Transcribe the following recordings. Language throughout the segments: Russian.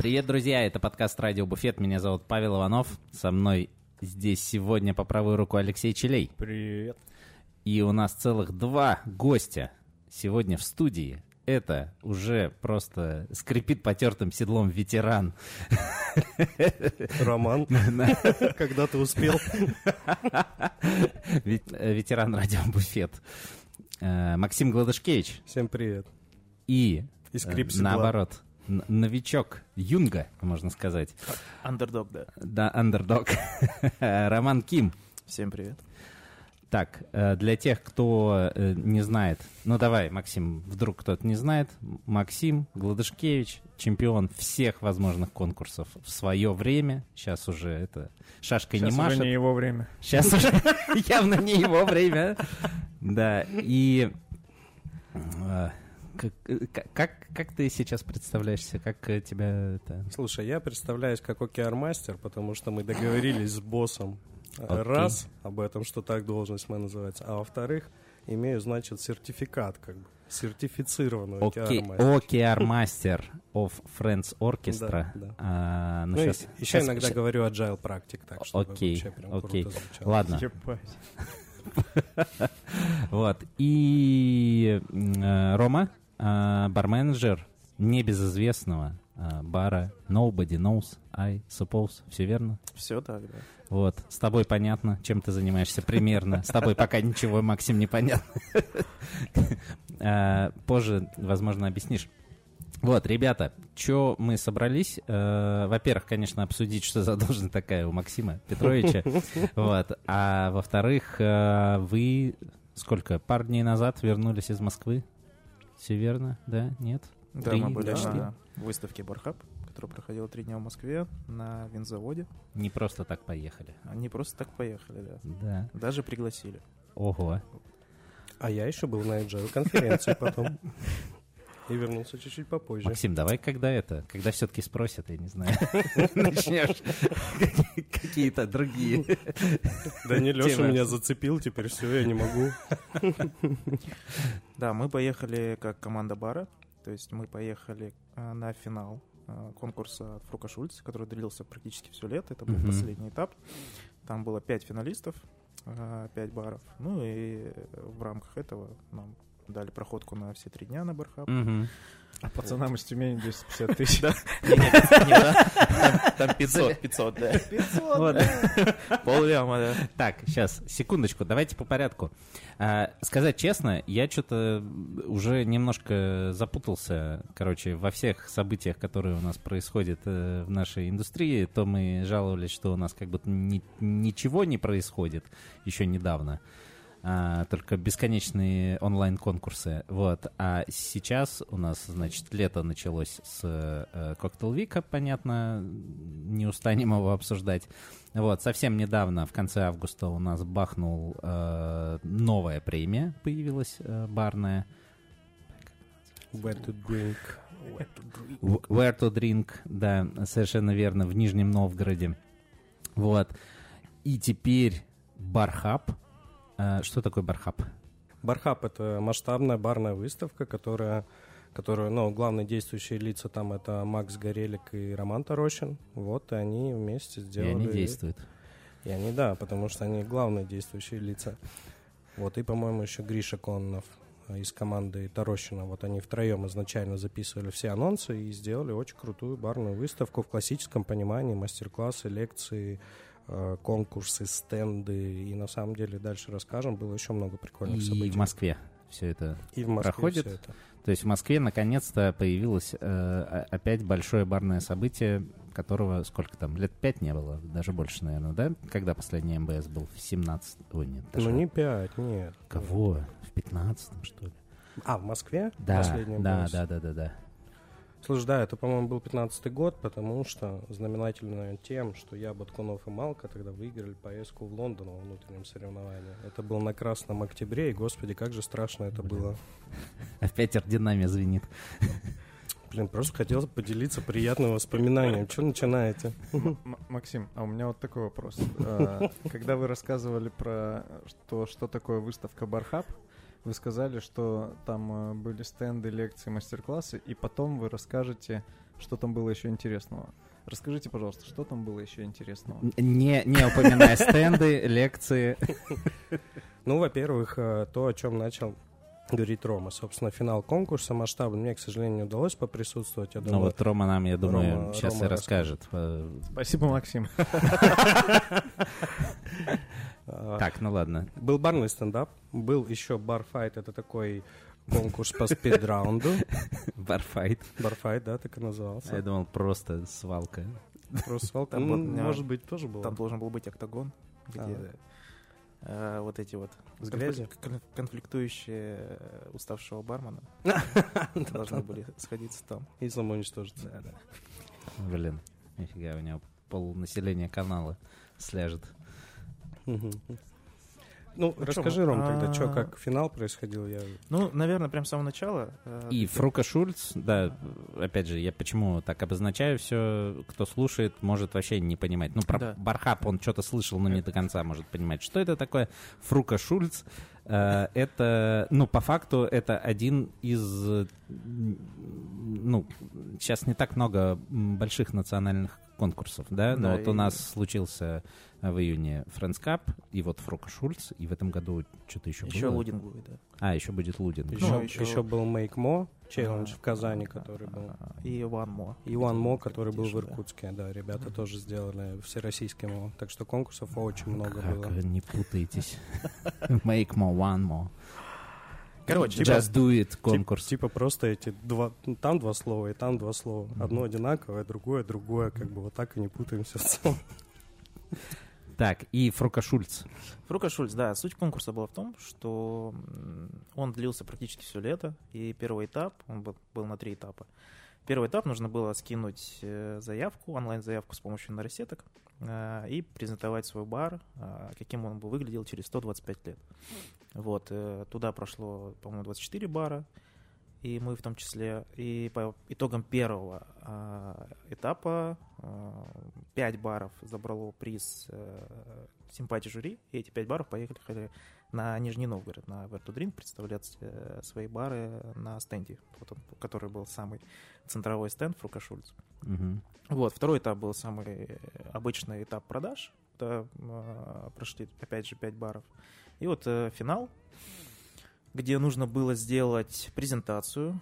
Привет, друзья, это подкаст «Радио Буфет». Меня зовут Павел Иванов. Со мной здесь сегодня по правую руку Алексей Челей. Привет. И у нас целых два гостя сегодня в студии. Это уже просто скрипит потертым седлом ветеран. Роман, когда ты успел? Ветеран «Радио Буфет». Максим Гладышкевич. Всем привет. И скрип седла. наоборот, новичок Юнга, можно сказать. Андердог, да. Да, андердог. Роман Ким. Всем привет. Так, для тех, кто не знает, ну давай, Максим, вдруг кто-то не знает, Максим Гладышкевич, чемпион всех возможных конкурсов в свое время, сейчас уже это шашкой Сейчас не машет. Сейчас уже не его время. Сейчас уже явно не его время. Да, и как ты сейчас представляешься, как тебя это... Слушай, я представляюсь как океармастер, потому что мы договорились с боссом. Раз, об этом, что так должность моя называется. А во-вторых, имею, значит, сертификат, как бы, сертифицированный океармастер. Океармастер of Friends Orchestra. Да. Еще иногда говорю agile практик, так что вообще прям круто звучало. Ладно. Вот. И Рома, барменеджер небезызвестного бара Nobody Knows, I Suppose. Все верно? Все так, да. Вот. С тобой понятно, чем ты занимаешься примерно. С тобой пока ничего, Максим, не понятно. Позже, возможно, объяснишь. Вот, ребята, что мы собрались? Во-первых, конечно, обсудить, что за должность такая у Максима Петровича. Вот. А во-вторых, вы пару дней назад вернулись из Москвы? Все верно? Да? Нет? Да, мы были на выставке Бархаб, которая проходила 3 дня в Москве на винзаводе. Не просто так поехали. Они просто так поехали, да. Да. Даже пригласили. Ого. А я еще был на agile-конференции потом. И вернулся чуть-чуть попозже. Максим, давай когда все-таки спросят, я не знаю, начнешь какие-то другие. Да не, Леша меня зацепил, теперь все, я не могу. Да, мы поехали как команда бара, то есть мы поехали на финал конкурса от Фрука Шульц, который длился практически все лето, это был последний этап. Там было 5 финалистов, 5 баров, ну и в рамках этого нам дали проходку на все 3 дня на Бархаб. А пацанам из Тюмени 250 тысяч. Там 500, да. 500, пол-ляма, да. Так, сейчас, секундочку, давайте по порядку. Сказать честно, я что-то уже немножко запутался, во всех событиях, которые у нас происходят в нашей индустрии. То мы жаловались, что у нас как будто ничего не происходит еще недавно. Только бесконечные онлайн-конкурсы. Вот. А сейчас у нас, значит, лето началось с коктейл-вика, понятно, не устанем его обсуждать. Вот. Совсем недавно, в конце августа, у нас бахнул новая премия, появилась барная. Where to drink. Where to drink, да, совершенно верно, в Нижнем Новгороде. Вот. И теперь Бархаб. Что такое Бархаб? Бархаб — это масштабная барная выставка, которая, главные действующие лица там — это Макс Горелик и Роман Тарощин. Вот, и они вместе сделали... И они действуют. И они, да, потому что они главные действующие лица. Вот, и, по-моему, еще Гриша Коннов из команды Тарощина. Вот они втроем изначально записывали все анонсы и сделали очень крутую барную выставку в классическом понимании, мастер-классы, лекции, конкурсы, стенды, и на самом деле дальше расскажем, было еще много прикольных событий. И в Москве все это и в Москве проходит. Все это. То есть в Москве наконец-то появилось опять большое барное событие, которого сколько там, лет 5 не было, даже больше, наверное, да? Когда последний МБС был? В 17? Ой, нет. Ну не 5, нет. Кого? В 15-м, что ли? А, в Москве? Да, последний МБС? Да. Слушай, да, это, по-моему, был 15-й год, потому что знаменательно тем, что я, Баткунов и Малка тогда выиграли поездку в Лондон во внутреннем соревновании. Это было на Красном Октябре, и, господи, как же страшно это было. Опять орденами звенит. Блин, просто хотел поделиться приятным воспоминанием. Что начинаете? Максим, а у меня вот такой вопрос. Когда вы рассказывали про то, что такое выставка Бархаб, вы сказали, что там были стенды, лекции, мастер-классы, и потом вы расскажете, что там было еще интересного. Расскажите, пожалуйста, что там было еще интересного? Не упоминая стенды, лекции. Ну, во-первых, то, о чем начал говорить Рома. Собственно, финал конкурса масштабный. Мне, к сожалению, не удалось поприсутствовать. Я Ну думаю, вот Рома нам, я думаю, Рома сейчас и расскажет. Спасибо, Максим. Так, ну ладно. был барный стендап, был еще барфайт, это такой конкурс по спидраунду. Барфайт. Барфайт, да, так и Я назывался. думал, просто свалка. Просто свалка. Там Ну, вот, может быть, тоже было. Там должен был быть октагон, где вот эти вот С грязью? конфликтующие уставшего бармена должны были сходиться там. И самоуничтожиться. Блин, нифига, у него полнаселения канала сляжет. Мгм. Ну, расскажи, Ром, тогда, что, как финал происходил? Я... Ну, наверное, прям с самого начала. И Фрука Шульц, да, опять же, я почему так обозначаю все, кто слушает, может вообще не понимать. Ну, про Да. Бархап он что-то слышал, но не до конца может понимать. Что это такое Фрука Шульц? Это, ну, по факту, это один из, ну, сейчас не так много больших национальных конкурсов, да, но Да, вот у нас случился в июне Friends Cup, и вот Фрука Шульц, и в этом году что-то еще Еще было. Лудинг будет, да. А, еще будет Лудинг. Еще был Make More челлендж в Казани, который был. И One More. И One More, который был в Competition, да. Иркутске. Да, ребята тоже сделали всероссийский МО. Так что конкурсов очень много Как было. вы не путаетесь. Make more, one more. Короче, Just do it конкурс. Типа просто эти два, ну, там два слова и там два слова. Одно одинаковое, другое, как бы вот так и не путаемся в целом. Так, и Фрука Шульц. Фрука Шульц, да, суть конкурса была в том, что он длился практически все лето, и первый этап, он был на 3 этапа. Первый этап нужно было скинуть заявку, онлайн-заявку с помощью нейросеток и презентовать свой бар, каким он бы выглядел через 125 лет. Вот, туда прошло, по-моему, 24 бара, и мы в том числе, и по итогам первого этапа 5 баров забрало приз симпатии жюри, и эти 5 баров поехали на Нижний Новгород, на Вертудринг, представлять свои бары на стенде, вот он, который был самый центровой стенд Фрука Шульц. Мгм. Вот, второй этап был самый обычный этап продаж, это прошли, опять же, 5 баров. И вот финал, где нужно было сделать презентацию,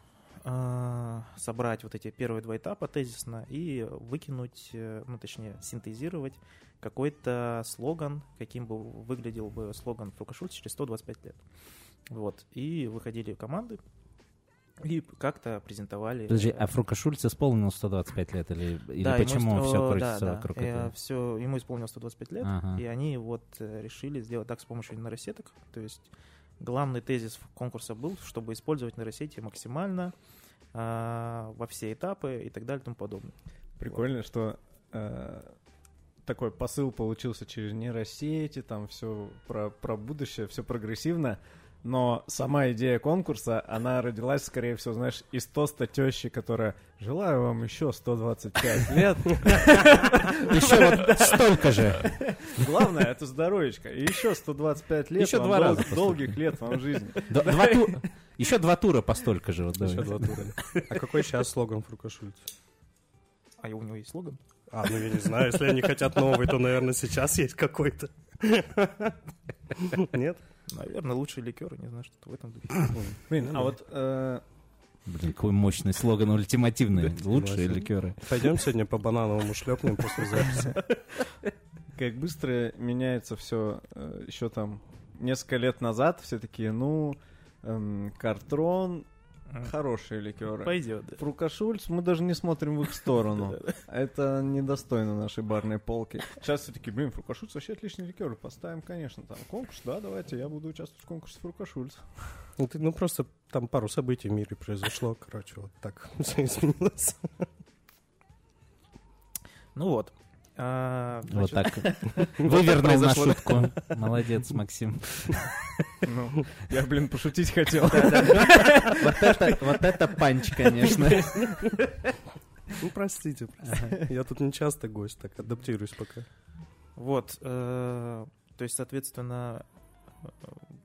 собрать вот эти первые 2 этапа тезисно и выкинуть, ну, точнее, синтезировать какой-то слоган, каким бы выглядел бы слоган Фрука Шульц через 125 лет. Вот. И выходили команды и как-то презентовали. Подожди, а Фрука Шульц исполнил 125 лет? Или Да, почему ему все крутится да, вокруг да. этого? Все, ему исполнилось 125 лет, Ага. и они вот решили сделать так с помощью нейросеток. То есть главный тезис конкурса был, чтобы использовать нейросети максимально во все этапы и так далее и тому подобное. Прикольно, что такой посыл получился через нейросети, там все про будущее, все прогрессивно, но сама идея конкурса, она родилась, скорее всего, знаешь, из тоста тещи, которая «Желаю вам еще 125 лет». Еще вот столько же. Главное, это здоровечко. И еще 125 лет Еще вам 2 раза долгих лет вам жизни. Еще 2 тура по столько же. Вот, давай. Еще 2 тура. А какой сейчас слоган Фрука Шульц? А у него есть слоган? Ну я не знаю, если они хотят новый, то, наверное, сейчас есть какой-то. Нет? Наверное, лучшие ликеры, не знаю, что-то в этом духе. Блин, а вот Блин, какой мощный слоган, ультимативный. Лучшие согласен. ликеры. Пойдем сегодня по банановому шлепнем после записи. как быстро меняется все. Еще там несколько лет назад все такие, Картрон, хорошие ликеры. Пойдет, да. Фрука Шульц, мы даже не смотрим в их сторону. Это недостойно нашей барной полки. Сейчас все таки, Фрука Шульц вообще отличные ликеры. Поставим, конечно, там конкурс. Да, давайте, я буду участвовать в конкурсе Фрука Шульц. Просто там пару событий в мире произошло, короче, вот так все изменилось. Ну вот. Вот так. Вывернул на шутку. Молодец, Максим. Я, пошутить хотел. Вот это панч, конечно. Простите. Я тут не часто гость, так адаптируюсь пока. Вот. То есть, соответственно,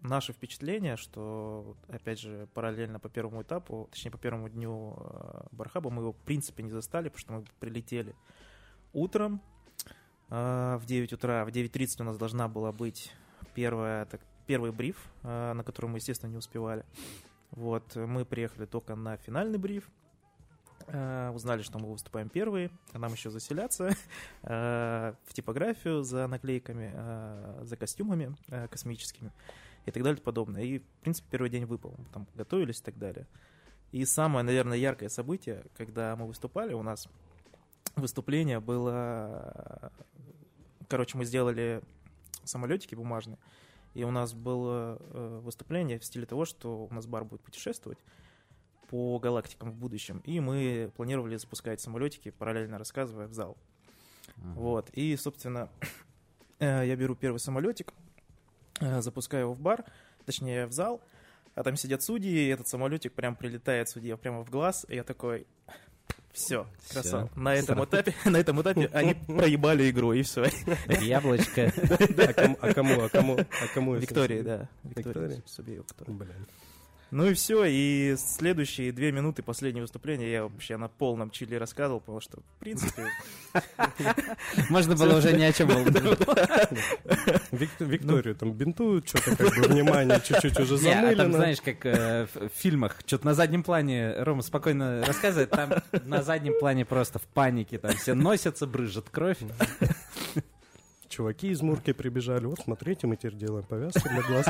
наше впечатление, что, опять же, параллельно по первому этапу, точнее, по первому дню Бархаба мы его, в принципе, не застали, потому что мы прилетели утром в 9 утра. В 9:30 у нас должна была быть первый бриф, на который мы, естественно, не успевали. Вот, мы приехали только на финальный бриф. Узнали, что мы выступаем первые, а нам еще заселяться в типографию за наклейками, за костюмами космическими и так далее и подобное. И, в принципе, первый день выпал. Мы там готовились и так далее. И самое, наверное, яркое событие, когда мы выступали, у нас выступление было... Короче, мы сделали самолетики бумажные, и у нас было выступление в стиле того, что у нас бар будет путешествовать по галактикам в будущем, и мы планировали запускать самолетики, параллельно рассказывая в зал. Вот, и, собственно, я беру первый самолетик, запускаю его в бар, точнее в зал, а там сидят судьи, и этот самолетик прям прилетает судье прямо в глаз, и я такой... Все, красава. На этом этапе они проебали игру, и все. Яблочко. А кому? Виктория, да. Виктория? Субеева. Блин. Ну и все, и следующие 2 минуты последнего выступления я вообще на полном чиле рассказывал, потому что, в принципе... Можно было уже ни о чем волноваться. Викторию там бинтуют, что-то как бы внимание чуть-чуть уже Не, а там, замылено. знаешь, как в фильмах, что-то на заднем плане Рома спокойно рассказывает, там на заднем плане просто в панике, там все носятся, брызжет кровь. Чуваки из Мурки прибежали. Вот, смотрите, мы теперь делаем повязки для глаз.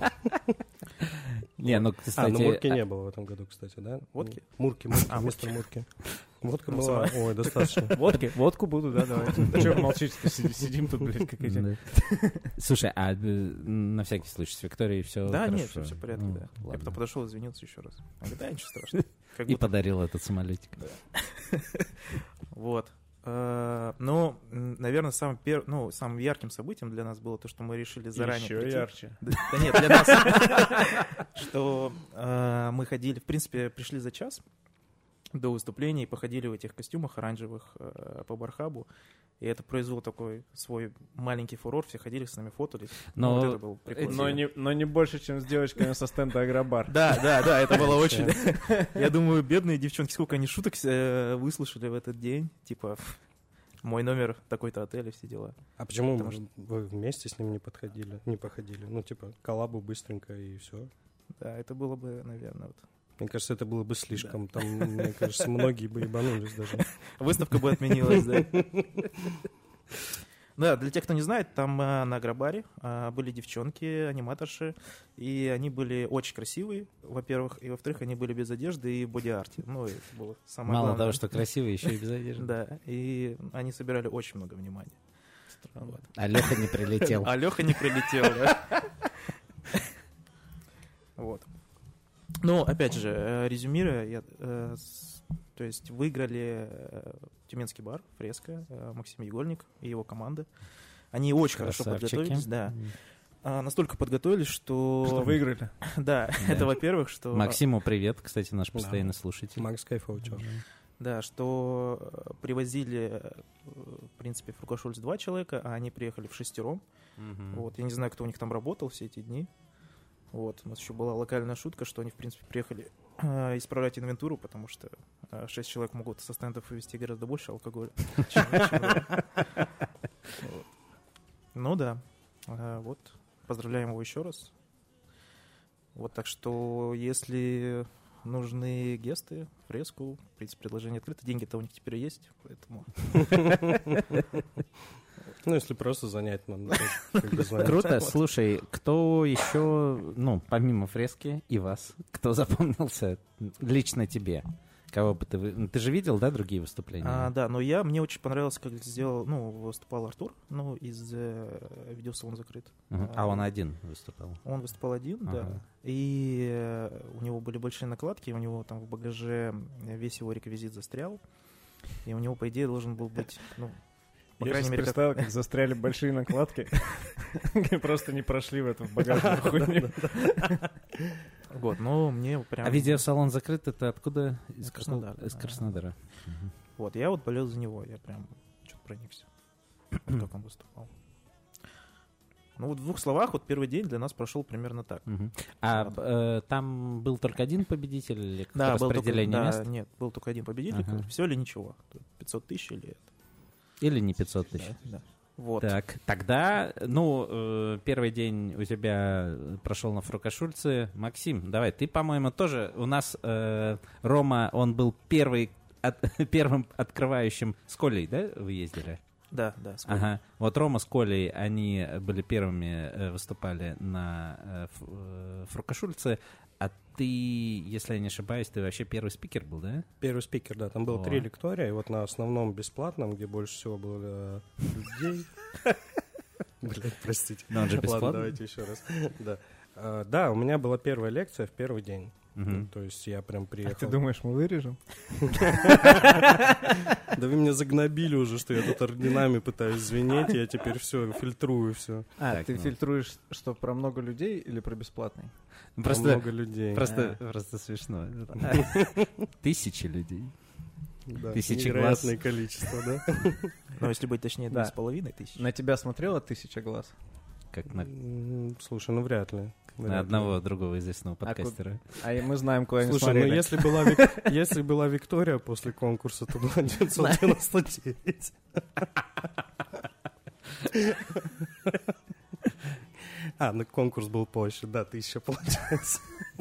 Не, ну, кстати... Ну Мурки не было в этом году, кстати, да? Водки? Мурки, мистер Мурки. Водка была, ой, достаточно. Водку буду, да, давайте. Че вы молчите, сидим тут, блядь, как эти... Слушай, а на всякий случай с Викторией все Да, хорошо? нет, все в порядке, да. Я Ладно. потом подошел, извинился еще раз. Он говорит, да, ничего страшного. Как И будто- подарил этот самолетик. Вот. Ну, наверное, самым ярким событием для нас было то, что мы решили заранее Еще прийти. ярче. Да нет, для нас, что мы ходили, в принципе, пришли за час до выступления и походили в этих костюмах оранжевых по Бархабу. И это произвело такой свой маленький фурор. Все ходили с нами, фотались. Но Вот это было прикольно. Но не больше, чем с девочками со стенда Агробар. Да, это было очень... Я думаю, бедные девчонки, сколько они шуток выслушали в этот день. Типа, мой номер такой-то отель и все дела. А почему Потому что- вы вместе с ним не походили? Ну, типа, коллабу быстренько и все. Да, это было бы, наверное, вот. Мне кажется, это было бы слишком. Там, мне кажется, многие бы ебанулись даже. Выставка бы отменилась, да. Да, для тех, кто не знает, там на Агробаре были девчонки, аниматорши, и они были очень красивые, во-первых, и во-вторых, они были без одежды и в боди-арте. Ну, это было самое Мало главное. того, что красивый, еще и без одежды. Да, и они собирали очень много внимания. Вот. А Леха не прилетел. А Леха не прилетел, да? Вот. Ну, опять же, резюмируя, то есть выиграли тюменский бар «Фреска», Максим Егольник и его команда. Они очень хорошо Красавчики. подготовились, да. Настолько подготовились, что... Что выиграли. Да, это во-первых, что... Максиму привет, кстати, наш Да. постоянный слушатель. Макс кайфовый чувак. Да, что привозили, в принципе, Фрукашульц 2 человека, а они приехали в 6. Вот, я не знаю, кто у них там работал все эти дни. Вот, у нас еще была локальная шутка, что они, в принципе, приехали исправлять инвентуру, потому что 6 человек могут со стендов вывести гораздо больше алкоголя. чем мы. Вот. Ну да, вот, поздравляем его еще раз. Вот, так что, если нужны гесты, фреску, в принципе, предложение открыто, деньги-то у них теперь есть, поэтому... Ну, если просто занять, надо тоже как бы звонить. Круто. Слушай, кто еще, ну, помимо фрески и вас, кто запомнился лично тебе? Кого бы ты... Ты же видел, да, другие выступления? Да, но мне очень понравилось, как сделал, выступал Артур, из видеосалон закрыт. А он один выступал? Он выступал один, да. Ага. И у него были большие накладки, у него там в багаже весь его реквизит застрял. И у него, по идее, должен был быть, по Я крайней сейчас мере, представил, как застряли большие накладки. Просто не прошли в эту багажную хуйню. Вот, но мне прям... А видеосалон закрыт, это откуда? Из Краснодара. Из Краснодара. Вот, я вот болел за него, я прям что-то проникся, как он выступал. Ну вот в 2 словах, вот первый день для нас прошел примерно так. Там был только один победитель или Да, был распределение только, мест? нет, был только один победитель. Ага. Все или ничего? 500 тысяч или это? Или не 500 тысяч? Да. Вот. Так, тогда, первый день у тебя прошел на Фрукашульце. Максим, давай, ты, по-моему, тоже... У нас Рома, он был первым открывающим с Колей, да, вы ездили? Да. Ага. Вот Рома с Колей, они были первыми, выступали на Фрукашульце, а ты, если я не ошибаюсь, ты вообще первый спикер был, да? Первый спикер, да. Там было О. 3 лектория, и вот на основном бесплатном, где больше всего было людей... Блядь, простите. Но он же Ладно, бесплатный. давайте еще раз. Да, у меня была первая лекция в первый день. Мгм. То есть я прям А приехал... ты думаешь, мы вырежем? Да вы меня загнобили уже, что я тут орденами пытаюсь звенеть, я теперь все фильтрую все. Так, Ты фильтруешь, что про много людей или про бесплатный? Просто, Много людей. просто смешно. 1000 людей. Да, 1000 невероятное количество, да? Но если быть точнее, Да. 2500. На тебя смотрело 1000 глаз? Как на Слушай, ну вряд ли. на одного другого известного подкастера. А и мы знаем, куда они Слушай, ну смотрели. если была Виктория после конкурса, то было 999. Ну конкурс был позже, да, 1000 получается.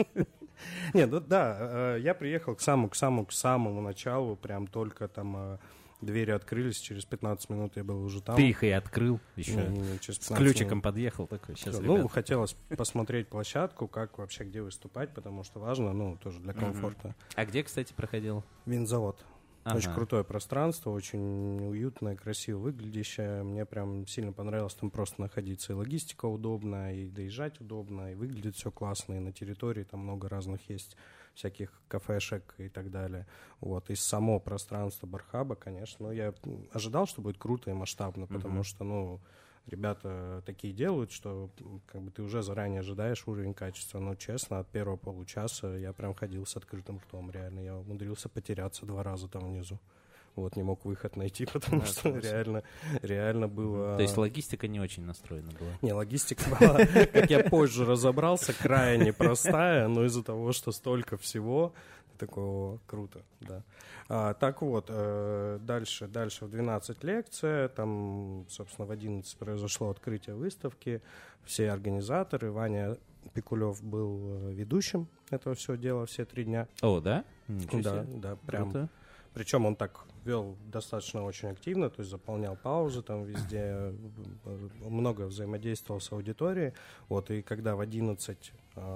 Нет, ну да, я приехал к самому началу, прям только там двери открылись, через 15 минут я был уже там. Ты их и открыл еще. Не, через С 15 ключиком минут. подъехал такой. Сейчас, Ну, хотелось посмотреть площадку, как вообще, где выступать, потому что важно, ну, тоже для комфорта. А где, кстати, проходил? Винзавод. Очень Ага. крутое пространство, очень уютное, красиво выглядящее. Мне прям сильно понравилось там просто находиться. И логистика удобная, и доезжать удобно, и выглядит все классно. И на территории там много разных есть всяких кафешек и так далее. Вот. И само пространство Бархаба, конечно, ну, я ожидал, что будет круто и масштабно, потому что, ну, ребята такие делают, что как бы ты уже заранее ожидаешь уровень качества. Но честно, от первого получаса я прям ходил с открытым ртом, реально. Я умудрился потеряться 2 раза там внизу. Вот, не мог выход найти, потому что реально было... То есть логистика не очень настроена была. Не, логистика была, как я позже разобрался, крайне простая, но из-за того, что столько всего, такого круто, да. Так вот, дальше в 12 лекция, там, собственно, в 11 произошло открытие выставки, все организаторы, Ваня Пикулев был ведущим этого всего дела все 3 дня. О, да? Ничего Да, себе. да, прям. Круто. Причем он так вел достаточно очень активно, то есть заполнял паузы там везде, много взаимодействовал с аудиторией. Вот, и когда в 11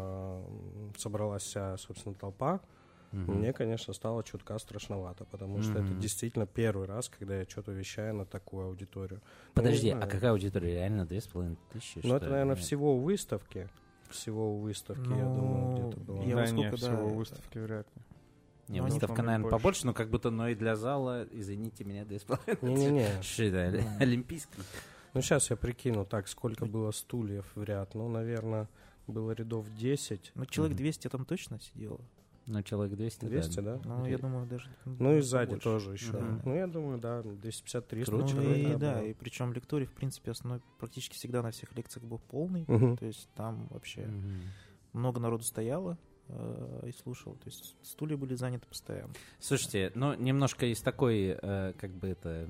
собралась вся, собственно, толпа, мне, конечно, стало чутка страшновато, потому что это действительно первый раз, когда я что-то вещаю на такую аудиторию. Подожди, Ну, не а знаю. какая аудитория? Реально 2500? Ну, это, наверное, всего у выставки. Всего у выставки, я думаю, Ну, где-то было. я Да вот не, сколько, всего да, выставки вряд ли. Не, Ну, выставка, по-моему, наверное, больше. побольше, но как будто, но и для зала, извините меня, 2,5. Не-не-не. Что это, олимпийский? Ну, сейчас я прикину, так, сколько было стульев в ряд. Ну, наверное, было рядов 10. Ну, человек 200 там точно сидело. Ну, человек 200, 200, да? Ну, я думаю, даже... Ну, и сзади побольше. тоже еще. Мгм. Ну, я думаю, да, 250-300 Круто. Ну, человек. и, да, было. и причем лекторий, в принципе, основной практически всегда на всех лекциях был полный. Мгм. То есть там вообще Мгм. много народу стояло и слушал. То есть стулья были заняты постоянно. Слушайте, ну, немножко из такой, как бы это,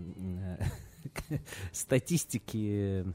статистики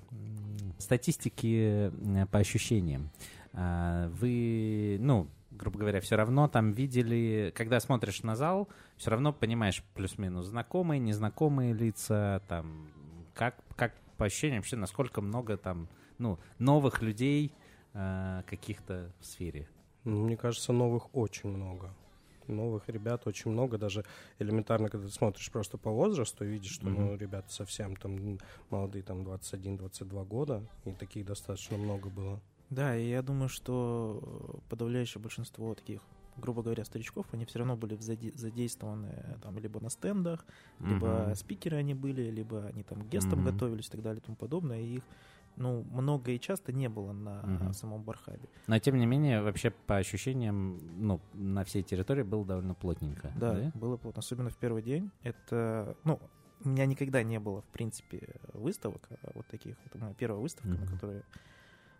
по ощущениям. Вы, ну, грубо говоря, все равно там видели, когда смотришь на зал, все равно понимаешь плюс-минус знакомые, незнакомые лица, там, как по ощущениям вообще, насколько много там, ну, новых людей каких-то в сфере. Ну, мне кажется, новых очень много. Новых ребят очень много. Даже элементарно, когда ты смотришь просто по возрасту, видишь, что ну, ребята совсем там молодые, там 21-22 года, и таких достаточно много было. Да, и я думаю, что подавляющее большинство таких, грубо говоря, старичков, они все равно были задействованы там либо на стендах, либо спикеры они были, либо они там к гестам готовились и так далее и тому подобное. И их, ну, много и часто не было на самом Бархабе. Но, тем не менее, вообще, по ощущениям, ну, на всей территории было довольно плотненько. Да, было плотно, особенно в первый день. Это, ну, у меня никогда не было, в принципе, выставок вот таких. Это моя первая выставка, на которой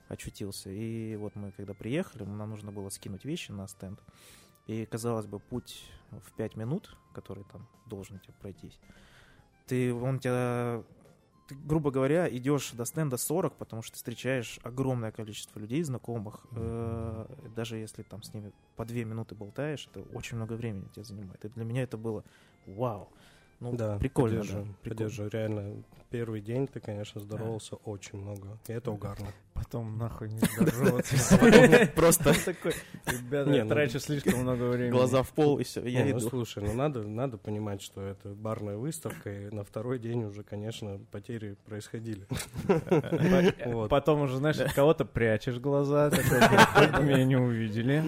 очутился. И вот мы, когда приехали, нам нужно было скинуть вещи на стенд. И, казалось бы, путь в 5 минут, который там должен тебе пройтись, ты, грубо говоря, идешь до стенда 40, потому что ты встречаешь огромное количество людей, знакомых. Даже если там с ними по 2 минуты болтаешь, это очень много времени тебе занимает. И для меня это было вау. Ну, да, прикольно, поддержу. Реально, первый день ты, конечно, здоровался очень много. И это угарно. Потом нахуй не здороваться. Просто такой, ребята, я трачу слишком много времени. Глаза в пол, и все, я Ну, иду. слушай, надо понимать, что это барная выставка, и на второй день уже, конечно, потери происходили. Потом уже, знаешь, от кого-то прячешь глаза, такой, меня не увидели.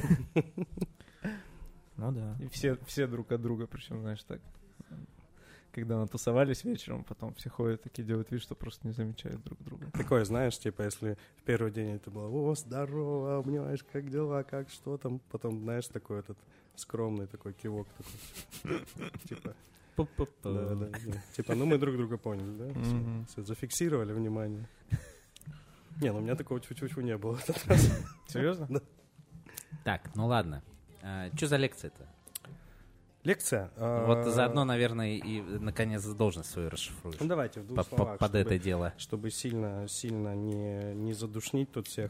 Ну да. И все друг от друга, причем, знаешь, так. Когда натусовались вечером, потом все ходят такие, делают вид, что просто не замечают друг друга. Такое, знаешь, типа, если в первый день это было: о, здорово, обнимаешь, как дела, как, что там, потом, знаешь, такой этот скромный такой кивок такой, типа, да, типа, ну мы друг друга поняли, да, все, зафиксировали внимание. Не, ну у меня такого тьфу-тьфу не было в этот раз. Серьезно? Да. Так, ну ладно. Что за лекция-то? Лекция. Вот заодно, наверное, и наконец должность свою расшифруешь. Ну давайте в двух словах, под это дело. чтобы сильно не задушнить тут всех.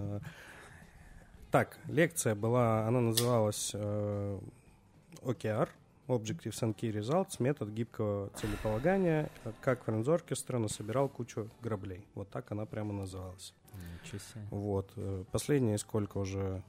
Так, лекция была, она называлась OKR, Objectives and Key Results, метод гибкого целеполагания, как Friends Orchestra насобирал кучу граблей. Вот так она прямо называлась. Ничего себе. Вот. Последние сколько уже?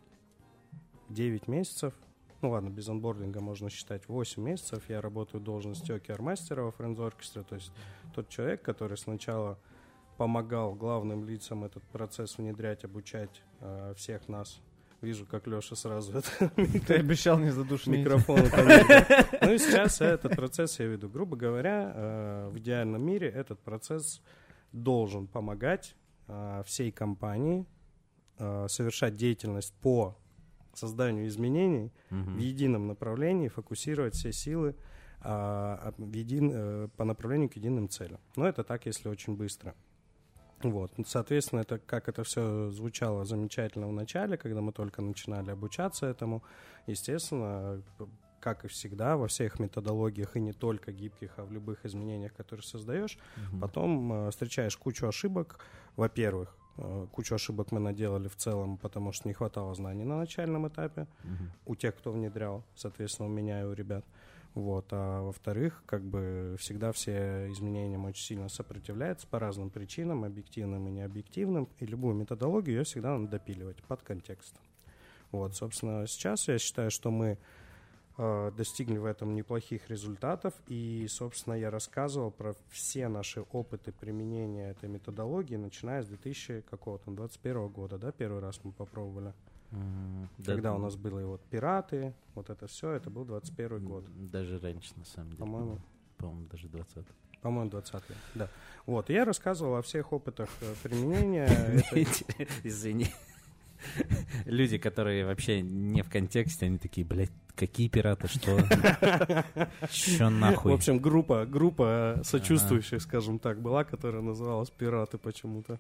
9 месяцев. Ну ладно, без онбординга можно считать 8 месяцев. Я работаю в должности OKR-мастера во Friends Orchestra. То есть тот человек, который сначала помогал главным лицам этот процесс внедрять, обучать всех нас. Вижу, как Леша сразу Ты обещал не задушнить. микрофон. Ну и сейчас этот процесс я веду. Грубо говоря, в идеальном мире этот процесс должен помогать всей компании совершать деятельность по созданию изменений в едином направлении, фокусировать все силы по направлению к единым целям. Но это так, если очень быстро. Вот. Соответственно, это, как это все звучало замечательно в начале, когда мы только начинали обучаться этому. Естественно, как и всегда, во всех методологиях, и не только гибких, а в любых изменениях, которые создаешь, потом встречаешь кучу ошибок. Во-первых, кучу ошибок мы наделали в целом, потому что не хватало знаний на начальном этапе у тех, кто внедрял, соответственно, у меня и у ребят. Вот. А во-вторых, как бы всегда все изменениям очень сильно сопротивляются по разным причинам, объективным и необъективным, и любую методологию ее всегда надо допиливать под контекст. Вот, собственно, сейчас я считаю, что мы достигли в этом неплохих результатов, и, собственно, я рассказывал про все наши опыты применения этой методологии, начиная с 2021 года, да, первый раз мы попробовали. Когда у нас было и вот пираты, вот это все, это был 21 год. Даже раньше, на самом деле. По-моему, даже 20-й. По-моему, 20-й, да. Вот, и я рассказывал о всех опытах применения. Извини. Люди, которые вообще не в контексте, они такие, блядь, какие пираты, что? Чё нахуй? В общем, группа сочувствующих, скажем так, была, которая называлась «Пираты» почему-то.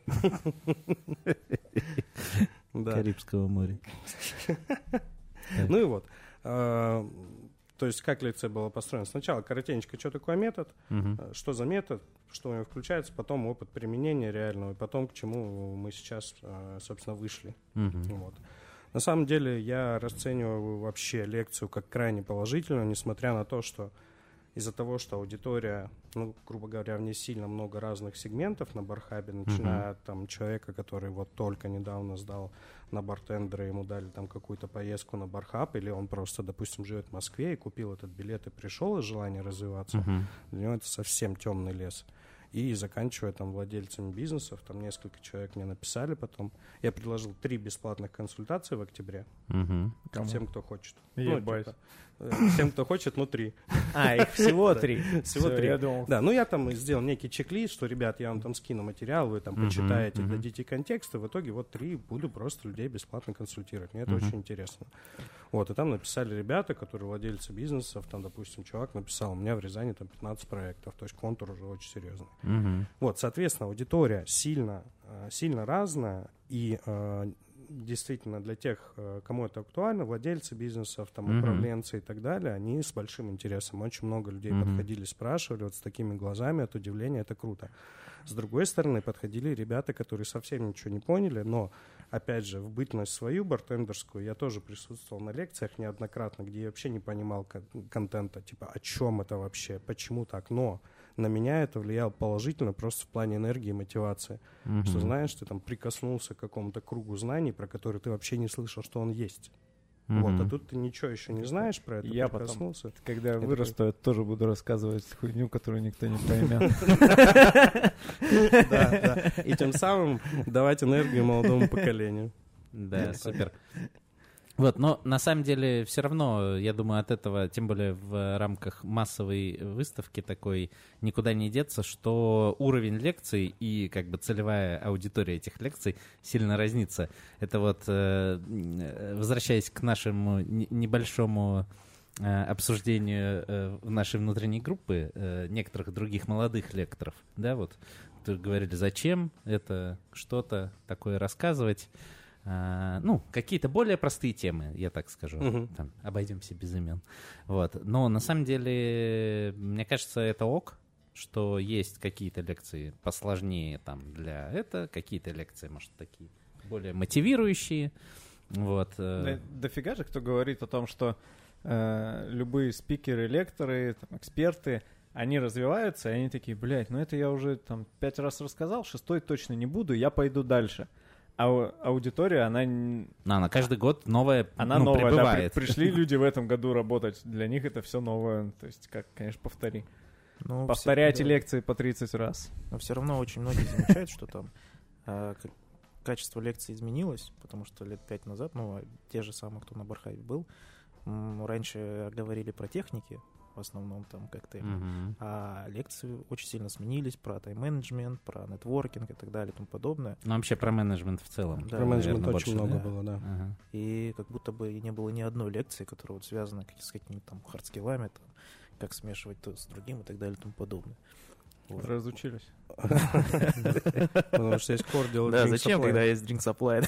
Карибского моря. Ну и вот. То есть как лекция была построена? Сначала коротенько, что такое метод, что за метод, что у него включается, потом опыт применения реального, и потом к чему мы сейчас, собственно, вышли. Вот. На самом деле я расцениваю вообще лекцию как крайне положительную, несмотря на то, что из-за того, что аудитория, ну, грубо говоря, в ней сильно много разных сегментов на Бархабе, начиная от там человека, который вот только недавно сдал на бартендера, ему дали там какую-то поездку на Бархаб, или он просто, допустим, живет в Москве и купил этот билет и пришел из желания развиваться, для него это совсем темный лес. И заканчивая там владельцами бизнесов, там несколько человек мне написали потом. Я предложил 3 бесплатных консультации в октябре. Всем, кто хочет. Всем, кто хочет, но 3. Их всего 3. Всего 3. Да, ну я там сделал некий чек-лист, что, ребят, я вам там скину материал, вы там почитаете, дадите контекст, и в итоге вот 3 буду просто людей бесплатно консультировать. Мне это очень интересно. Вот, и там написали ребята, которые владельцы бизнесов, там, допустим, чувак написал, у меня в Рязани там 15 проектов, то есть контур уже очень серьезный. Вот, соответственно, аудитория сильно разная, и действительно для тех, кому это актуально, владельцы бизнесов, там, управленцы и так далее, они с большим интересом. Очень много людей подходили, спрашивали вот с такими глазами, от удивления, это круто. С другой стороны, подходили ребята, которые совсем ничего не поняли, но, опять же, в бытность свою бартендерскую я тоже присутствовал на лекциях неоднократно, где я вообще не понимал контента, типа, о чем это вообще, почему так, но на меня это влияло положительно просто в плане энергии и мотивации. Что, знаешь, ты там прикоснулся к какому-то кругу знаний, про который ты вообще не слышал, что он есть. Вот, а тут ты ничего еще не знаешь про это, я прикоснулся. Потом, когда вырасту, я тоже буду рассказывать хуйню, которую никто не поймет. Да. И тем самым давать энергию молодому поколению. Да, супер. Вот, но на самом деле все равно, я думаю, от этого, тем более в рамках массовой выставки такой, никуда не деться, что уровень лекций и как бы целевая аудитория этих лекций сильно разнится. Это вот, возвращаясь к нашему небольшому обсуждению нашей внутренней группы некоторых других молодых лекторов, да, вот, которые говорили, зачем это что-то такое рассказывать. Какие-то более простые темы, я так скажу. Там, обойдемся без имен. Вот. Но на самом деле, мне кажется, это ок, что есть какие-то лекции посложнее там для этого, какие-то лекции, может, такие более мотивирующие. Вот. Дофига же кто говорит о том, что любые спикеры, лекторы, там, эксперты, они развиваются, и они такие, блядь, это я уже там 5 раз рассказал, 6-й точно не буду, я пойду дальше. А аудитория, она каждый год новая, новая, прибывает. Да, пришли люди в этом году работать, для них это все новое, то есть, как, конечно, повтори. Повторяйте лекции по 30 раз. Но все равно очень многие замечают, что там качество лекций изменилось, потому что лет 5 назад, те же самые, кто на Бархайве был, раньше говорили про техники, в основном там коктейли. А лекции очень сильно сменились про тайм-менеджмент, про нетворкинг и так далее и тому подобное. Вообще про менеджмент в целом. Да, про менеджмент очень много было, да. И как будто бы не было ни одной лекции, которая вот связана с какими-то там хардскиллами, как смешивать то с другим и так далее и тому подобное. Вот. Разучились. Потому что есть cordial да, зачем, когда есть drink supply?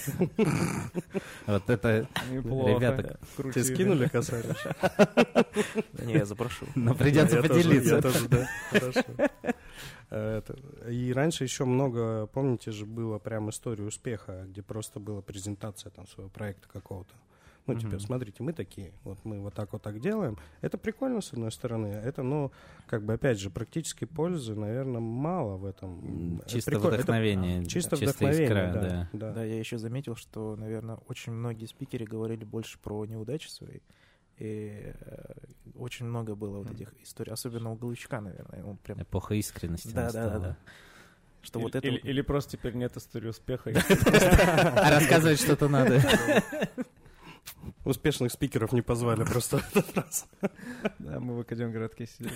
Вот это, ребята, тебе скинули косарь? Не, я запрошу. Но придется поделиться. Я тоже, да. Хорошо. И раньше еще много, помните же, было прям история успеха, где просто была презентация там своего проекта какого-то. Смотрите, мы такие, вот мы вот так делаем. Это прикольно, с одной стороны. Это, опять же, практической пользы, наверное, мало в этом. Чисто вдохновение. Чисто вдохновение, искра, да. Да, я еще заметил, что, наверное, очень многие спикеры говорили больше про неудачи свои. И очень много было вот этих историй, особенно у Головичка, наверное. Он прям... Эпоха искренности. Да. Что вот это... Или просто теперь нет истории успеха. А рассказывать что-то надо. Успешных спикеров не позвали просто в этот раз. Да, мы в Академгородке сидели.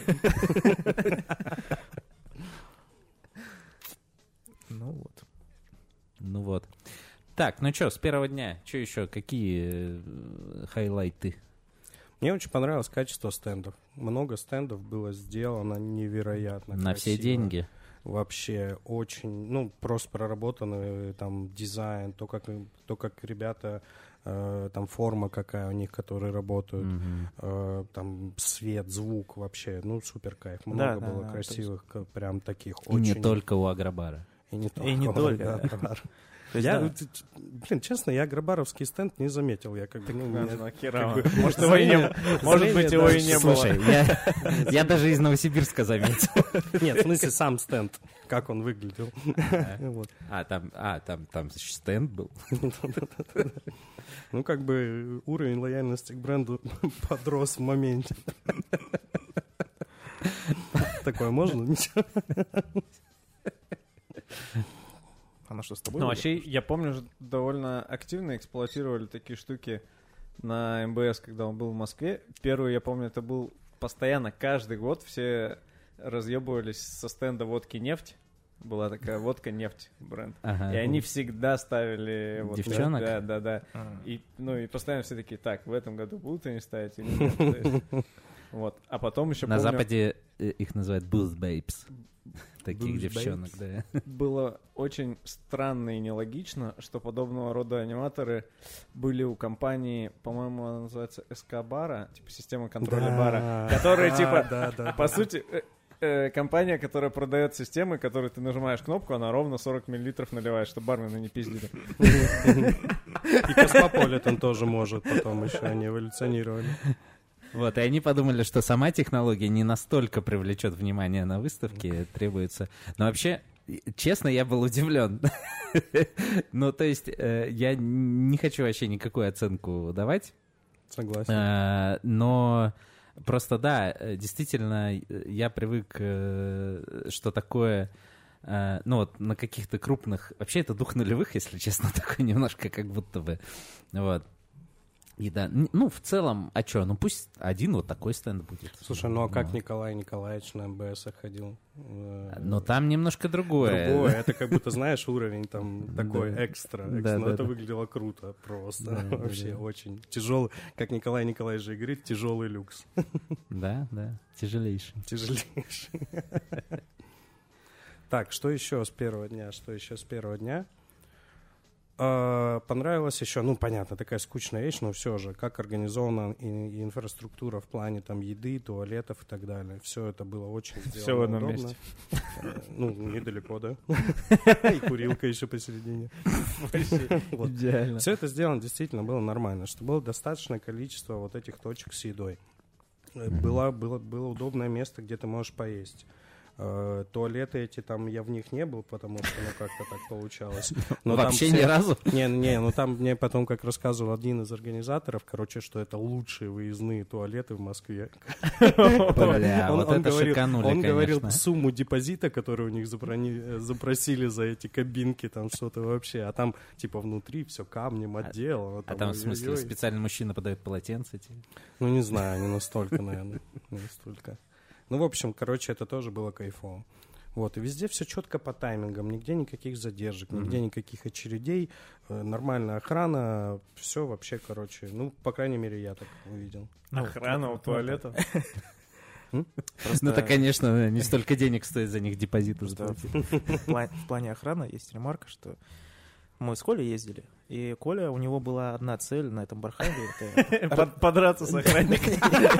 Ну вот. Так, с первого дня? Что еще? Какие хайлайты? Мне очень понравилось качество стендов. Много стендов было сделано невероятно На красиво. все деньги? Вообще очень, просто проработанный там дизайн, то, как ребята, там форма какая у них, которые работают, там свет, звук вообще, супер кайф. Много было красивых, прям таких и очень... не только у Агробара. И не только у Агробара. Честно, я агробаровский стенд не заметил. Я может быть, его и не было. Слушай, я даже из Новосибирска заметил. Нет, в смысле, сам стенд, как он выглядел. Там стенд был. Уровень лояльности к бренду подрос в моменте. Такое можно? Ничего. Она что, с тобой? Вообще, я помню, довольно активно эксплуатировали такие штуки на МБС, когда он был в Москве. Первый, я помню, это был постоянно, каждый год все разъебывались со стенда водки «Нефть». Была такая водка «Нефть» бренд. И они всегда ставили... Девчонок? Да. И постоянно все такие, так, в этом году будут они ставить или нет? Вот. А потом еще на Западе их называют Booth Babes. таких Booze девчонок, да. Было очень странно и нелогично, что подобного рода аниматоры были у компании, по-моему, она называется СК-бара, типа система контроля бара, которая типа, по сути, компания, которая продает системы, которые ты нажимаешь кнопку, она ровно 40 миллилитров наливает, чтобы бармены не пиздили. И Космополитен тоже может, потом еще они эволюционировали. Вот, и они подумали, что сама технология не настолько привлечет внимание на выставке, требуется. Но вообще, честно, я был удивлен. Ну, то есть, я не хочу вообще никакую оценку давать. Согласен. Но просто, да, действительно, я привык, что такое... Ну вот на каких-то крупных... Вообще это дух нулевых, если честно, такой немножко как будто бы. Вот. И да, ну в целом, а что, ну пусть один вот такой стенд будет. Слушай, ну а как Николай Николаевич на МБС ходил? Но там немножко другое. Другое, это как будто, знаешь, уровень там такой экстра. Но это выглядело круто просто. Вообще очень тяжелый, как Николай Николаевич же говорит, тяжелый люкс. Да, тяжелейший. Тяжелейший. Так, что еще с первого дня? Понравилось еще, ну, понятно, такая скучная вещь, но все же, как организована и инфраструктура в плане там еды, туалетов и так далее. Все это было очень сделано Все в одном удобно. месте. Ну, недалеко, да? И курилка еще посередине. Идеально. Все это сделано действительно было нормально, что было достаточное количество вот этих точек с едой. Было удобное место, где ты можешь поесть. Туалеты эти, там я в них не был, потому что, ну, как-то так получалось. Но вообще ни разу? Не, ну там мне потом, как рассказывал один из организаторов, короче, что это лучшие выездные туалеты в Москве. Бля, вот это шиканули, Он говорил конечно. сумму депозита, которую у них запросили за эти кабинки, там что-то вообще. А там, типа, внутри все камнем отделано. А там, в смысле, специальный мужчина подает полотенце? Ну, не знаю, не настолько, наверное. Не настолько. Ну, в общем, короче, это тоже было кайфово. Вот, и везде все четко по таймингам, нигде никаких задержек, нигде никаких очередей, нормальная охрана, все вообще, короче, ну, по крайней мере, я так увидел. Охрана у туалета. Ну, это, конечно, не столько денег стоит за них депозиты заплатить. В плане охраны есть ремарка, что мы с Колей ездили, и Коля, у него была одна цель на этом бархайбе. Подраться с охранником.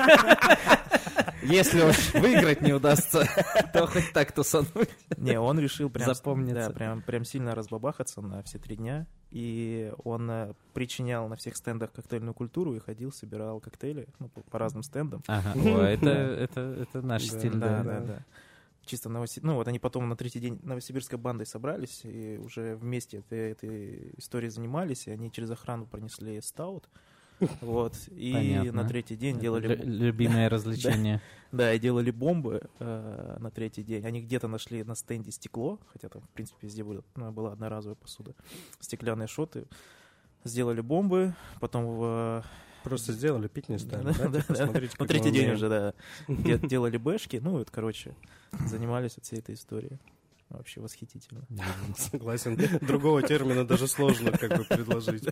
Если уж выиграть не удастся, то хоть так тусануть. Не, он решил прям, Запомниться. да, прям сильно разбабахаться на все 3 дня. И он причинял на всех стендах коктейльную культуру и ходил, собирал коктейли, ну, по разным стендам. Ага, это наш стиль, да. Чисто ну вот они потом на 3-й день новосибирской бандой собрались и уже вместе этой историей занимались, и они через охрану пронесли стаут. Вот, и Понятно. на 3-й день делали... Любимое развлечение. Да, и делали бомбы на 3-й день. Они где-то нашли на стенде стекло, хотя там, в принципе, везде была одноразовая посуда. Стеклянные шоты. Сделали бомбы, потом... Просто сделали, пить не стали. Да. Посмотрите, На 3-й день уже, да. Делали бэшки, ну, это, короче, занимались от всей этой историей. Вообще восхитительно. Согласен. Другого термина даже сложно как бы предложить.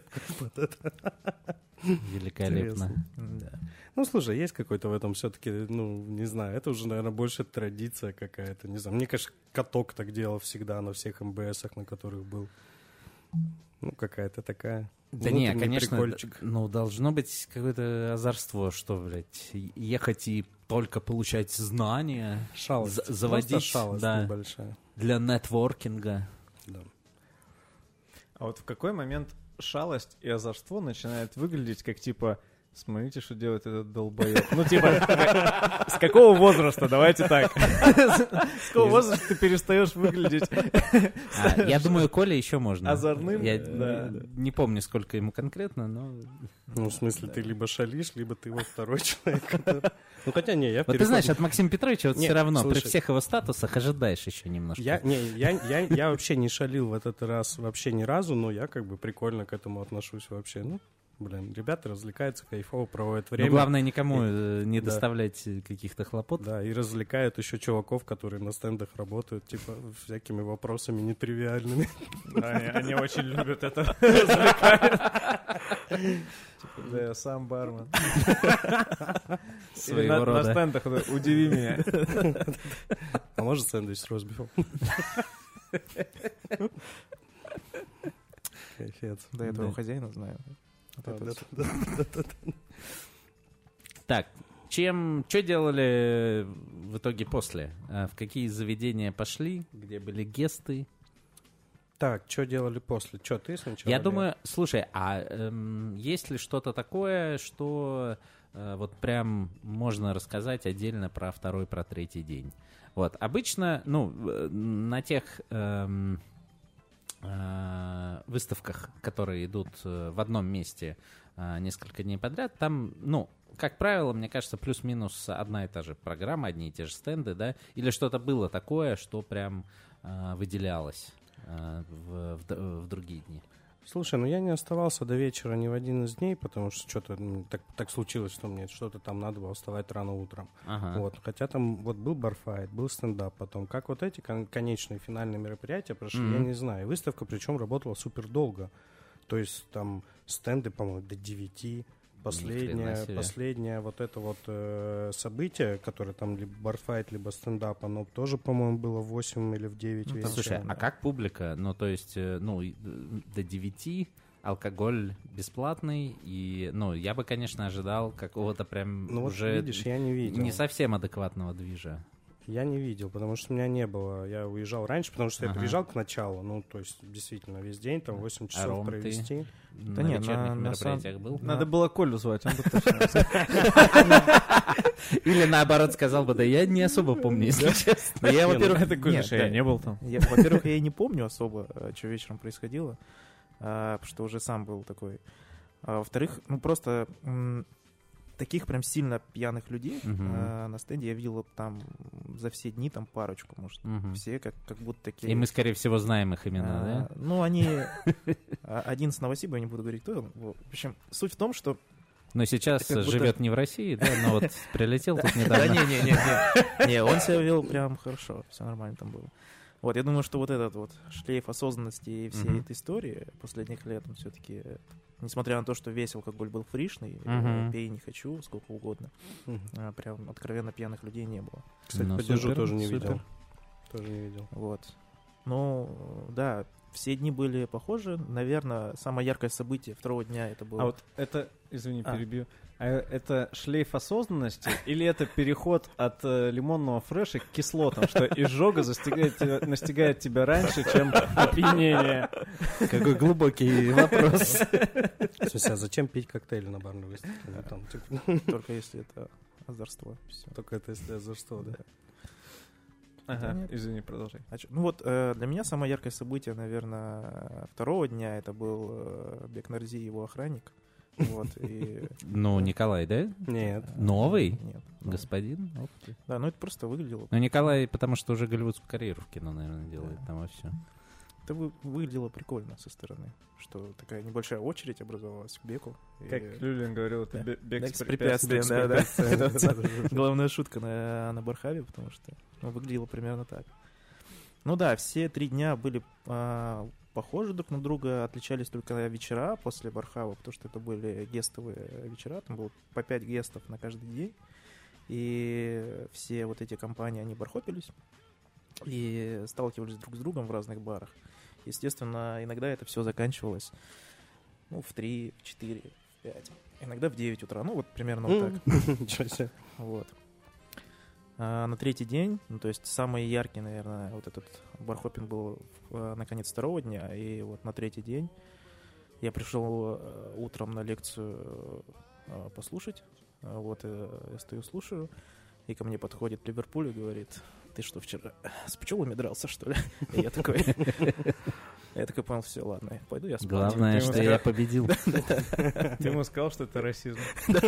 Великолепно. Да. Ну, слушай, есть какой-то в этом все-таки, ну, не знаю, это уже, наверное, больше традиция какая-то, не знаю. Мне, конечно, Каток так делал всегда на всех МБСах, на которых был. Ну, какая-то такая... Да не, конечно, прикольчик. ну, должно быть какое-то озорство, что, блядь, ехать и только получать знания, Шалость. заводить, Просто шалость да, небольшая. для нетворкинга. Да. А вот в какой момент шалость и озорство начинает выглядеть как, типа, смотрите, что делает этот долбоеб. Ну, типа, с какого возраста? Давайте так. С какого возраста ты перестаешь выглядеть Я думаю, Коля еще можно. озорным? Я Да. не помню, сколько ему конкретно, но... Ну, в смысле, ты либо шалишь, либо ты вот второй человек. Ну, хотя не, я... Вот ты знаешь, от Максима Петровича вот Нет, все равно при слушай. всех его статусах ожидаешь еще немножко. Я вообще не шалил в этот раз вообще ни разу, но я как бы прикольно к этому отношусь вообще. Ну, Блин, ребята развлекаются, кайфово проводят Но время. главное никому не Да. доставлять каких-то хлопот. Да, и развлекают еще чуваков, которые на стендах работают, типа, всякими вопросами нетривиальными. Они очень любят это. Развлекают. Да, я сам бармен. Или Своего на рода. стендах удиви меня. А может сэндвич с ростбифом? Кайфец. До этого Да. хозяина знаю. Вот Да, это да, всё. да. Так, что делали в итоге после? В какие заведения пошли? Где были гесты? Так, что делали после? Что, ты сначала? Я или- думаю, слушай, есть ли что-то такое, что вот прям можно рассказать отдельно про второй, про третий день? Вот, обычно, на тех выставках, которые идут в одном месте несколько дней подряд, там, как правило, мне кажется, плюс-минус одна и та же программа, одни и те же стенды, да? Или что-то было такое, что прям выделялось в другие дни? Слушай, я не оставался до вечера ни в один из дней, потому что что-то так случилось, что мне что-то там надо было вставать рано утром. Ага. Вот. Хотя там вот был барфайт, был стендап потом. Как вот эти конечные финальные мероприятия прошли, я не знаю. И выставка причем работала супер долго. То есть там стенды, по-моему, до 9. Ни хрена себе. Последнее вот это вот событие, которое там либо барфайт, либо стендап, оно тоже, по-моему, было в 8 или в 9 вечера. Слушай, а как публика? До 9 алкоголь бесплатный, и, я бы, конечно, ожидал какого-то прям Вот уже видишь, я не видел. не совсем адекватного движа. Я не видел, потому что у меня не было. Я уезжал раньше, потому что я приезжал к началу. То есть, действительно, весь день, там 8 часов Ром, ты? провести. На нет, вечерних на мероприятиях был? Надо было Колю звать, он бы точно. Или наоборот сказал бы, да я не особо помню, если честно. Я, во-первых, Это Коля, нет, я да. не был там. Во-первых, я и не помню особо, что вечером происходило, потому что уже сам был такой. А во-вторых, просто таких прям сильно пьяных людей на стенде я видел там за все дни там парочку, может. Мгм. Все как будто такие. И мы, скорее всего, знаем их имена, да? Они... Один с Новосиба, я не буду говорить, кто он. В общем, суть в том, что... Но сейчас Как будто- живет не в России, да, но вот прилетел тут Да недавно. не, он себя вел прям хорошо, все нормально там было. Вот, я думаю, что вот этот вот шлейф осознанности и всей этой истории последних лет, он все-таки, несмотря на то, что весь алкоголь был фришный, пей не хочу, сколько угодно, прям откровенно пьяных людей не было. Кстати, Ну, поддержу, супер, тоже не супер. видел. Тоже не видел. Вот. Да, все дни были похожи. Наверное, самое яркое событие второго дня это было... А вот это, извини, перебью. А это шлейф осознанности или это переход от лимонного фреша к кислотам, что изжога настигает тебя раньше, чем опьянение? Какой глубокий вопрос. В смысле, а зачем пить коктейли на барной выставке? Только если это озорство. Всё. Только это если за что, да? Ага, нет. извини, продолжай. Для меня самое яркое событие, наверное, второго дня это был Бек Нарзи и его охранник. Вот, и... Николай, да? Нет. Новый? Нет. новый. Господин? Ух ты. Да, это просто выглядело. Николай, потому что уже голливудскую карьеру в кино, наверное, делает там во все. Это выглядело прикольно со стороны, что такая небольшая очередь образовалась к Беку. и- Как Люлин говорил, это Да. бег с препятствием, препятствием. да. Это главная шутка на Бархаве, потому что выглядело примерно так. Все 3 дня были похожи друг на друга, отличались только вечера после Бархава, потому что это были гестовые вечера, там было по 5 гестов на каждый день, и все вот эти компании, они бархопились и сталкивались друг с другом в разных барах. Естественно, иногда это все заканчивалось в 3, в 4, в 5, иногда в 9 утра, примерно вот так. Ничего себе. Вот. На третий день, то есть самый яркий, наверное, вот этот бархопинг был на конец второго дня, и вот на третий день я пришел утром на лекцию послушать, я стою, слушаю, и ко мне подходит Ливерпуль и говорит: ты что, вчера с пчелами дрался, что ли? И я такой понял, все, ладно, пойду я спать. Главное, что я победил. Ты ему сказал, что это расизм.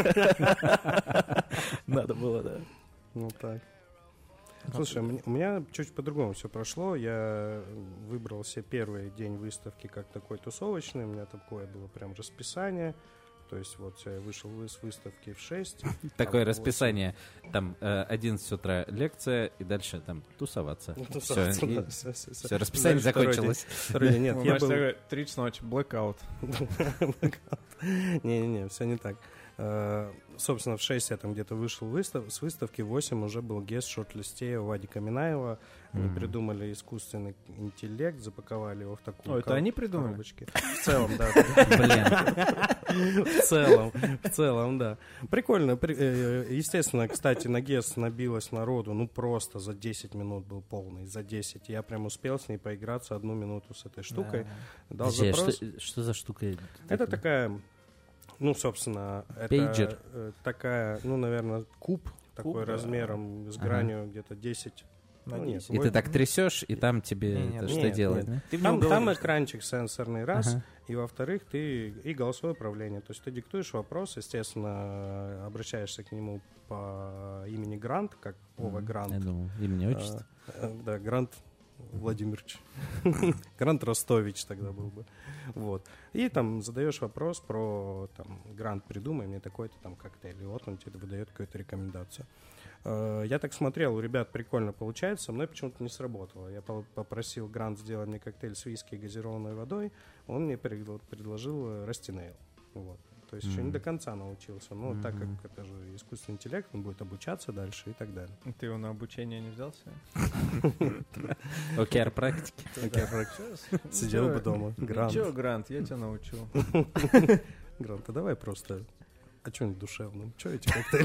Надо было, да. Так. Слушай, у меня чуть по-другому все прошло. Я выбрал себе первый день выставки как такой тусовочный. У меня такое было прям расписание. То есть вот я вышел с выставки в 6. Такое расписание. Там 11 утра лекция, и дальше там тусоваться. Все, расписание закончилось. Нет, я был... 3 часа ночи, blackout. Не-не-не, все не так. Собственно, в 6 я там где-то вышел с выставки, в 8 уже был гест в шорт-листе у Вадика Минаева. Они придумали искусственный интеллект, запаковали его в такую это они придумали? коробочке. В целом, да. Блин. В целом, да. Прикольно. Естественно, кстати, на гест набилось народу, ну просто за 10 минут был полный, за 10. Я прям успел с ней поиграться 1 минуту с этой штукой. Дал запрос. Что за штука? Это такая... Ну, собственно, Пейджер. это такая, ну, наверное, куб такой размером с гранью где-то 10. Ну, нет, и ты так трясешь, и там тебе что делать? Там экранчик сенсорный, раз, и во-вторых, ты и голосовое управление. То есть ты диктуешь вопрос, естественно, обращаешься к нему по имени Грант, как Вова Грант. Я думал, имени отчество. Да, Грант Владимирович. Грант Ростович тогда был бы. Вот. И там задаешь вопрос про, там, Грант, придумай мне такой-то там коктейль. И вот он тебе выдает какую-то рекомендацию. Я так смотрел, у ребят прикольно получается, со мной почему-то не сработало. Я попросил Грант сделать мне коктейль с виски и газированной водой, он мне предложил Растинейл. Вот. То есть еще не до конца научился. Но так как это же искусственный интеллект, он будет обучаться дальше и так далее. Ты его на обучение не взялся? Окей, практики. Сидел бы дома. Грант. Ничего, Грант, я тебя научу. Грант, а давай просто о чем-нибудь душевном. Че эти коктейли?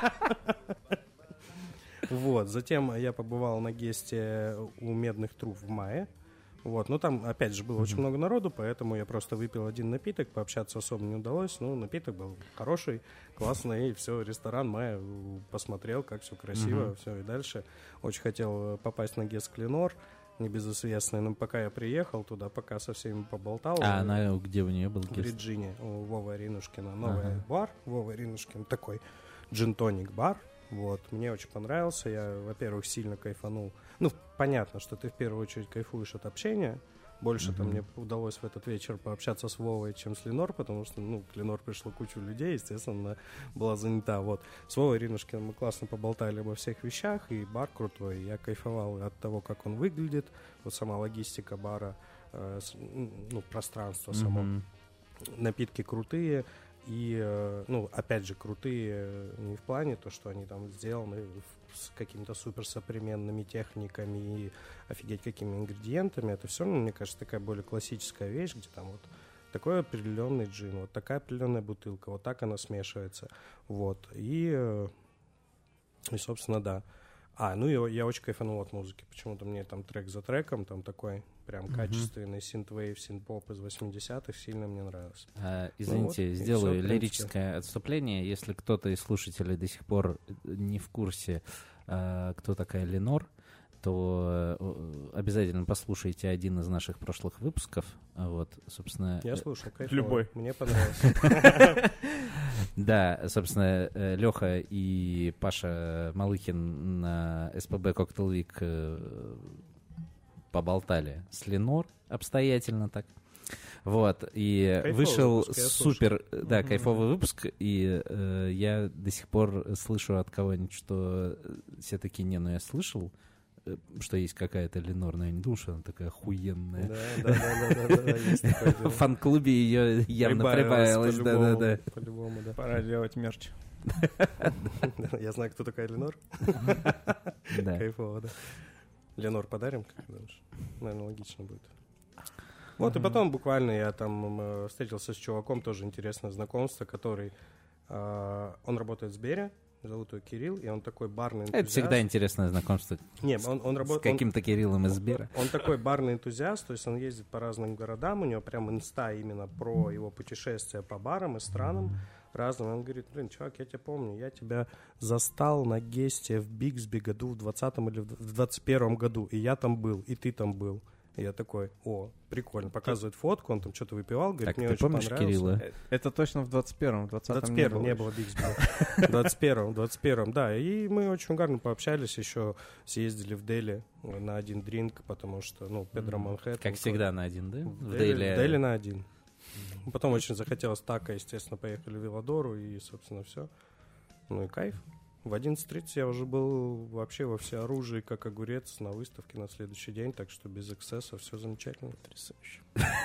Вот. Затем я побывал на гесте у Медных Труб в мае. Вот, ну там, опять же, было очень много народу, поэтому я просто выпил один напиток, пообщаться особо не удалось, но напиток был хороший, классный, и все, ресторан Майя, посмотрел, как все красиво, все, и дальше очень хотел попасть на гест Клинор, небезызвестный, но пока я приехал туда, пока со всеми поболтал. А она где у нее был гест? В Вирджинии, у Вовы Аринушкина, новый бар, Вова Аринушкин, такой джин-тоник бар. Вот, мне очень понравился, я, во-первых, сильно кайфанул. Ну, понятно, что ты в первую очередь кайфуешь от общения. Больше там мне удалось в этот вечер пообщаться с Вовой, чем с Ленор, потому что, ну, к Ленор пришло кучу людей, естественно, она была занята. Вот, с Вовой Иринушкиным мы классно поболтали обо всех вещах, и бар крутой. Я кайфовал от того, как он выглядит, вот сама логистика бара, ну, пространство само. Напитки крутые. И, ну, опять же, крутые не в плане то, что они там сделаны с какими-то суперсовременными техниками и офигеть какими ингредиентами. Это все равно, мне кажется, такая более классическая вещь, где там вот такой определенный джин, вот такая определенная бутылка, вот так она смешивается. Вот. И собственно, да. Ну и я очень кайфанул от музыки. Почему-то мне там трек за треком, там такой прям качественный синт-вейв, синт-поп из 80-х сильно мне нравился. Извините, ну вот, сделаю лирическое отступление. Если кто-то из слушателей до сих пор не в курсе, кто такая Ленор, то обязательно послушайте один из наших прошлых выпусков. Вот, собственно... Я слушал, кайфово. Любой. Мне понравился. Да, собственно, Леха и Паша Малыхин на СПБ Cocktail Week поболтали с Ленор обстоятельно так. Вот, и кайфовый вышел выпуск, супер, да, кайфовый выпуск, и я до сих пор слышу от кого-нибудь, что все такие, ну я слышал, что есть какая-то Ленор, но я не думаю, что она такая охуенная. Да, есть такое дело. В фан-клубе ее явно прибавилось, да. По-любому, да. Пора делать мерч. Я знаю, кто такая Ленор. Да. Кайфово, да. Ленор подарим, как думаешь? Наверное, логично будет. Вот, и потом буквально я там встретился с чуваком, тоже интересное знакомство, который... Он работает в Сбере, зовут его Кирилл, и он такой барный энтузиаст. Это всегда интересное знакомство. Не, он работает... С каким-то Кириллом из Сбера. Он такой барный энтузиаст, то есть он ездит по разным городам, у него прям инста именно про его путешествия по барам и странам разным. Он говорит, чувак, я тебя помню, я тебя застал на гесте в Бигсби году в 20-м или в 21-м году, и я там был, и ты там был. И я такой, прикольно, показывает фотку, он там что-то выпивал, говорит, так, мне ты очень помнишь понравился. Кирилла? Это точно в 21-м, в 20-м не было Бигсби. В 21-м, да. И мы очень угарно пообщались, еще съездили в Дели на один дринк, потому что, Педро Манхэттен. Как всегда на один, да? В Дели на один. Потом очень захотелось така, естественно, поехали в Виладору, и, собственно, все. Ну и кайф. В 11:30 я уже был вообще во всеоружии, как огурец, на выставке на следующий день, так что без эксцесса все замечательно. Потрясающе.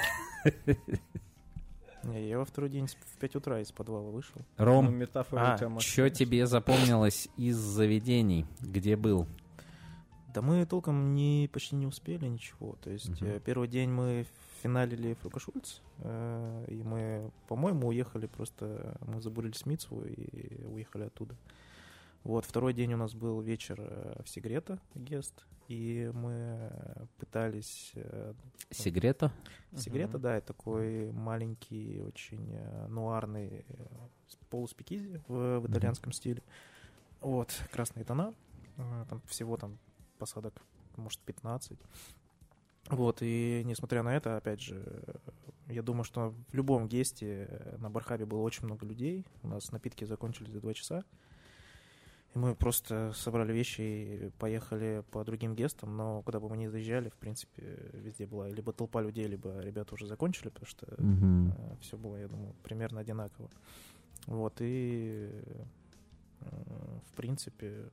Не, я во второй день в 5 утра из подвала вышел. Ну, Ром, метафора у тебя что тебе запомнилось из заведений? Где был? Да мы толком почти не успели ничего. То есть первый день мы финалили Фрукашульц, и мы, по-моему, уехали просто, мы забурили Смитсву и уехали оттуда. Вот, второй день у нас был вечер в Сигрето, гест, и мы пытались... Сигрето? Сигрето, да, это такой маленький, очень нуарный полуспикизи в итальянском стиле. Вот, красные тона, там всего там посадок, может, 15. Вот, и несмотря на это, опять же, я думаю, что в любом гесте на Бархабе было очень много людей. У нас напитки закончились за 2 часа. И мы просто собрали вещи и поехали по другим гестам, но куда бы мы ни заезжали, в принципе, везде была либо толпа людей, либо ребята уже закончили, потому что все было, я думаю, примерно одинаково. Вот, и в принципе,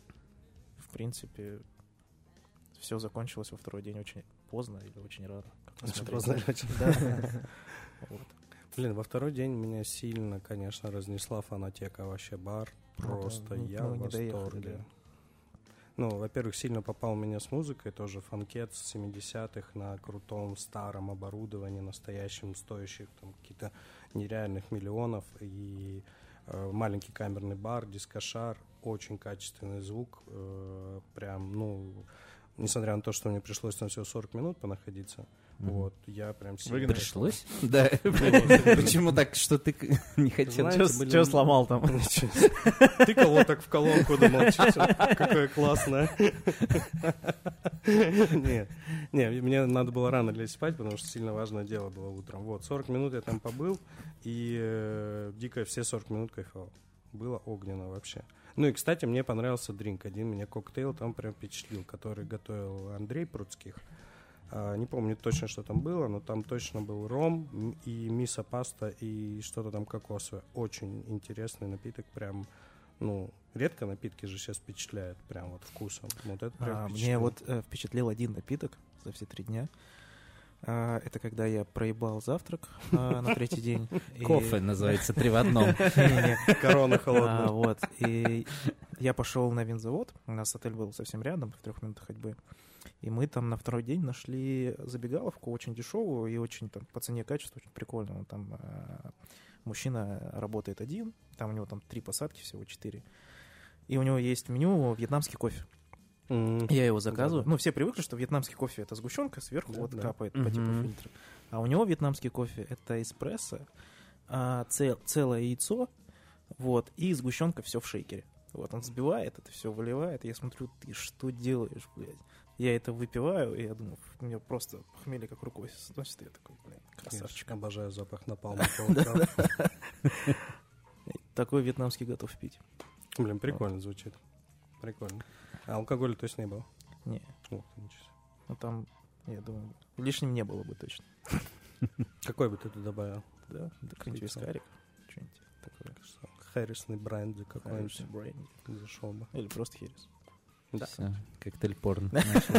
все закончилось во второй день очень поздно или очень рано. Очень поздно или очень рано. Блин, во второй день меня сильно, конечно, разнесла фонотека, вообще бар. Просто я в восторге. Ну, во-первых, сильно попал меня с музыкой, тоже фанкет с 70-х на крутом старом оборудовании, настоящем, стоящих там какие-то нереальных миллионов. И маленький камерный бар, дискошар, очень качественный звук. Прям, ну, несмотря на то, что мне пришлось там всего 40 минут понаходиться, вот, я прям сильно... Пришлось? Да. Почему так, что ты не хотел? Что сломал там? Тыкал вот так в колонку, думал, какое классное. Не, мне надо было рано лечь спать, потому что сильно важное дело было утром. Вот, 40 минут я там побыл, и дико все 40 минут кайфовал. Было огненно вообще. Ну и, кстати, мне понравился дринк. Один меня коктейль там прям впечатлил, который готовил Андрей Пруцких. Не помню точно, что там было, но там точно был ром и мисо-паста и что-то там кокосовое. Очень интересный напиток, прям, ну, редко напитки же сейчас впечатляют прям вот вкусом. Вот это прям мне вот впечатлил один напиток за все 3 дня. Это когда я проебал завтрак на 3-й день. Кофе называется 3 в одном. Корона холодная. Вот, и я пошел на винзавод. У нас отель был совсем рядом, в 3 минутах ходьбы. И мы там на второй день нашли забегаловку очень дешевую и очень там по цене и качеству очень прикольную. Там мужчина работает один, там у него там 3 посадки, всего 4. И у него есть в меню вьетнамский кофе. Я его заказываю. Ну, все привыкли, что вьетнамский кофе — это сгущенка, сверху капает по типу фильтра. А у него вьетнамский кофе — это эспрессо, целое яйцо, вот, и сгущенка все в шейкере. Вот, он взбивает это все, выливает, и я смотрю, ты что делаешь, блядь? Я это выпиваю, и я думаю, у меня просто похмелье как рукой сносит, и я такой, блин, красавчик. Я обожаю запах напалма. Такой вьетнамский готов пить. Блин, прикольно звучит. Прикольно. А алкоголя точно не было? Не. О, ничего. Ну там, я думаю, лишним не было бы точно. Какой бы ты тут добавил? Да, какой-нибудь вискарик, что-нибудь такое. Хэрисный бренди какой-нибудь. Хэрисный бренди. Зашел бы. Или просто Хэрис. Да. Всё, коктейль порно.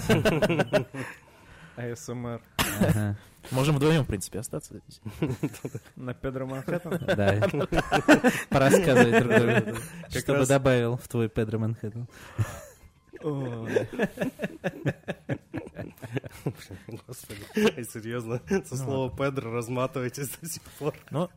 АСМР. Можем вдвоем, в принципе, остаться здесь. На Педро Манхэттен? Да. Порассказывай друг другу. Что бы добавил в твой Педро Манхэттен? Господи, серьезно, со слова Педро разматываетесь до сих пор. Вот.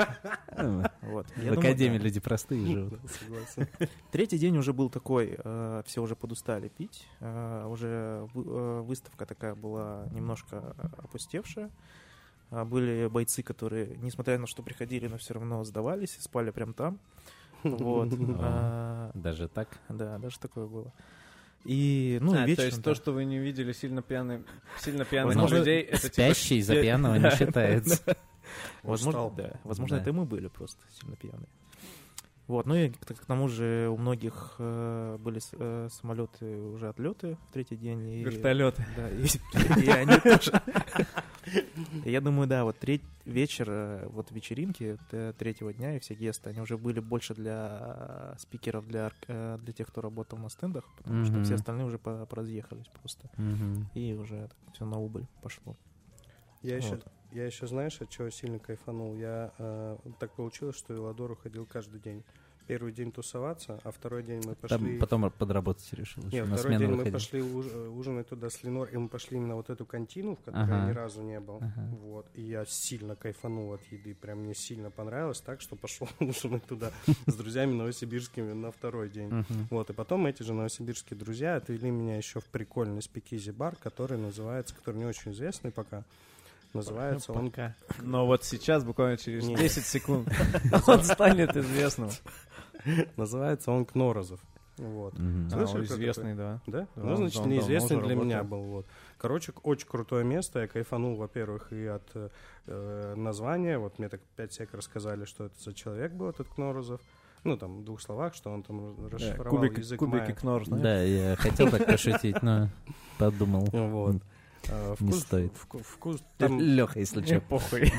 В академии люди простые живут. Согласен. 3-й день уже был такой, все уже подустали пить, уже выставка такая была немножко опустевшая. Были бойцы, которые, несмотря на что приходили, но все равно сдавались и спали прям там. Вот. Даже так? Да, даже такое было. И, ну, вечером, вечером... То есть то, что вы не видели сильно пьяных Возможно, людей, это спящий за пьяного не считается. Возможно, это мы были просто сильно пьяные. Вот, ну и к тому же у многих были самолеты, уже отлеты в 3-й день. Вертолеты. Да, и они тоже. И Я думаю, да, вот вечер, вот вечеринки третьего дня и все гесты, они уже были больше для спикеров, для тех, кто работал на стендах, потому что все остальные уже поразъехались просто. И уже все на убыль пошло. Я еще, знаешь, от чего сильно кайфанул? Так получилось, что Эладор уходил каждый день. Первый день тусоваться, а второй день мы пошли... Потом подработать решил. Нет, второй день мы пошли ужинать туда с Ленор, и мы пошли именно вот эту кантину, в которой я ни разу не был. Вот. И я сильно кайфанул от еды, прям мне сильно понравилось, так что пошел ужинать туда с друзьями новосибирскими на второй день. Вот. И потом эти же новосибирские друзья отвели меня еще в прикольный спикизи-бар, который называется, который не очень известный пока. Называется он... Но вот сейчас, буквально через 10 секунд, он станет известным. Называется он Кнорозов. Вот. Слышали, известный, да. Да? Ну, значит, неизвестный для меня был. Вот. Короче, очень крутое место. Я кайфанул, во-первых, и от названия. Вот мне так 5 сек рассказали, что это за человек был, этот Кнорозов. Ну, там, в 2 словах, что он там расшифровал язык майя. Кубики Кнор, знаешь? Да, я хотел так пошутить, но подумал. Вот. Не стоит. Вкус там... Леха, если что. Похуй.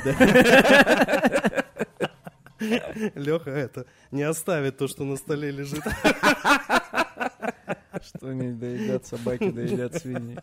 Леха это не оставит то, что на столе лежит. Что не доедят собаки, доедят свиньи.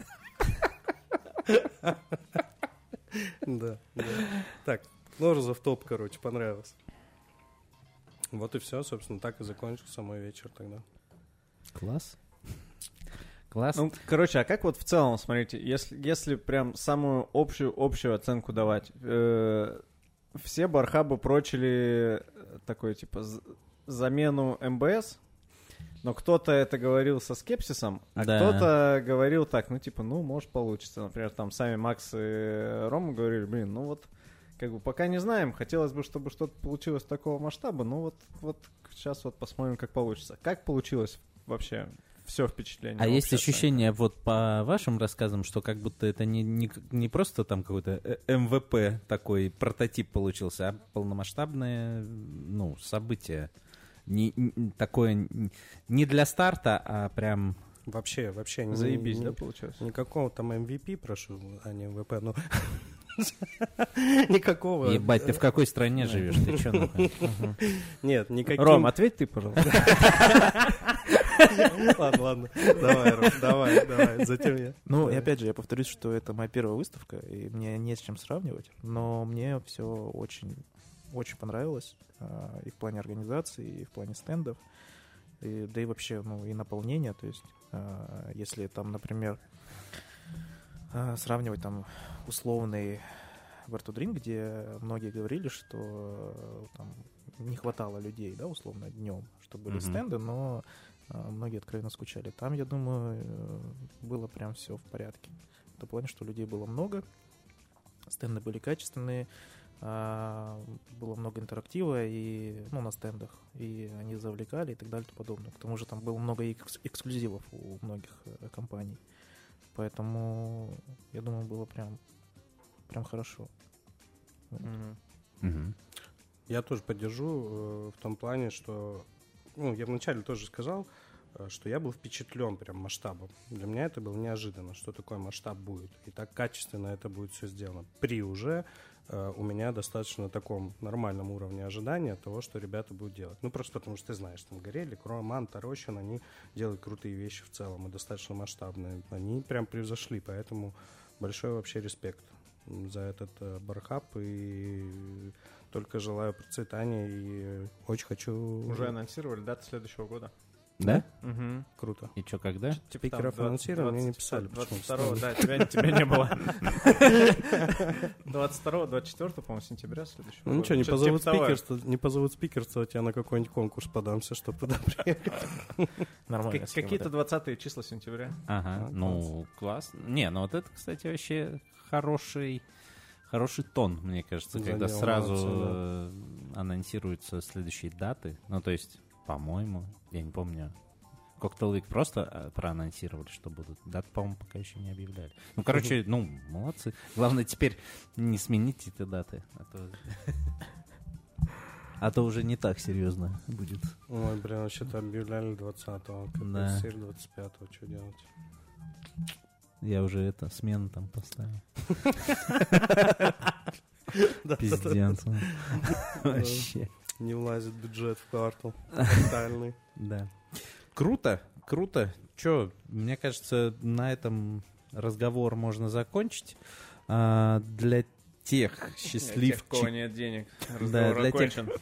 Да. Так, Кнорозов топ, короче, понравился. Вот и все, собственно, так и закончился мой вечер тогда. Класс. Ну, короче, а как вот в целом, смотрите, если прям самую общую оценку давать, все бархабы прочили такой, типа, замену МБС, но кто-то это говорил со скепсисом, а кто-то говорил так, ну, типа, ну, может, получится. Например, там сами Макс и Рома говорили, ну, вот, как бы, пока не знаем, хотелось бы, чтобы что-то получилось такого масштаба, ну, вот сейчас вот посмотрим, как получится. Как получилось вообще? Все впечатление. А есть ощущение, вот по вашим рассказам, что как будто это не просто там какой-то МВП такой прототип получился, а полномасштабное, ну, событие. Такое не для старта, а прям... Вообще заебись, да, получилось? Никакого там MVP, прошу, а не МВП, ну... Никакого. Ебать, ты в какой стране живешь? Ты чё, нахуй? Нет, никаким... Ром, ответь ты, пожалуйста. Ладно. Давай, Ром, давай. Затем я. Ну, и опять же, я повторюсь, что это моя первая выставка, и мне не с чем сравнивать, но мне все очень, очень понравилось и в плане организации, и в плане стендов, да и вообще, ну, и наполнения, то есть, если там, например, сравнивать там условный Вертудрин, где многие говорили, что там не хватало людей, да, условно, днем, что были стенды, но многие откровенно скучали. Там, я думаю, было прям все в порядке. В том плане, что людей было много, стенды были качественные, было много интерактива и, ну, на стендах, и они завлекали и так далее и тому подобное. К тому же там было много эксклюзивов у многих компаний. Поэтому, я думаю, было прям хорошо. Я тоже поддержу в том плане, что... Ну, я вначале тоже сказал, что я был впечатлен прям масштабом. Для меня это было неожиданно, что такой масштаб будет. И так качественно это будет все сделано. При уже у меня достаточно таком нормальном уровне ожидания того, что ребята будут делать. Ну, просто потому что ты знаешь, там Горелик, Роман, Тарощин, они делают крутые вещи в целом и достаточно масштабные. Они прям превзошли, поэтому большой вообще респект за этот бархаб. И только желаю процветания и очень хочу... Уже анонсировали дату следующего года. Да? Угу. Круто. И что, когда? Спикеров анонсировали, мне не писали. 22-го, да, тебя не было. 22-го, 24-го, по-моему, сентября следующего года. Ну ничего, не позовут спикерствовать, я на какой-нибудь конкурс подамся, чтобы туда приехать. Нормально. Какие-то 20-е числа сентября. Ага, ну, класс. Не, ну вот это, кстати, вообще хороший тон, мне кажется, когда сразу анонсируются следующие даты. Ну, то есть, по-моему, я не помню. Cocktail Week просто проанонсировали, что будут. Даты, по-моему, пока еще не объявляли. Ну, короче, ну, молодцы. Главное теперь не сменить эти даты. А то уже не так серьезно будет. Ой, блин, вообще-то объявляли 20-го. Да. Теперь 25-го, что делать? Я уже смену там поставил. Пиздец. Вообще. Не влазит бюджет в квартал. Тотальный. Да. Круто, круто. Че, мне кажется, на этом разговор можно закончить. Для тех Тех, у счастливчиков... кого нет денег. Да, Разговор для тех- окончен.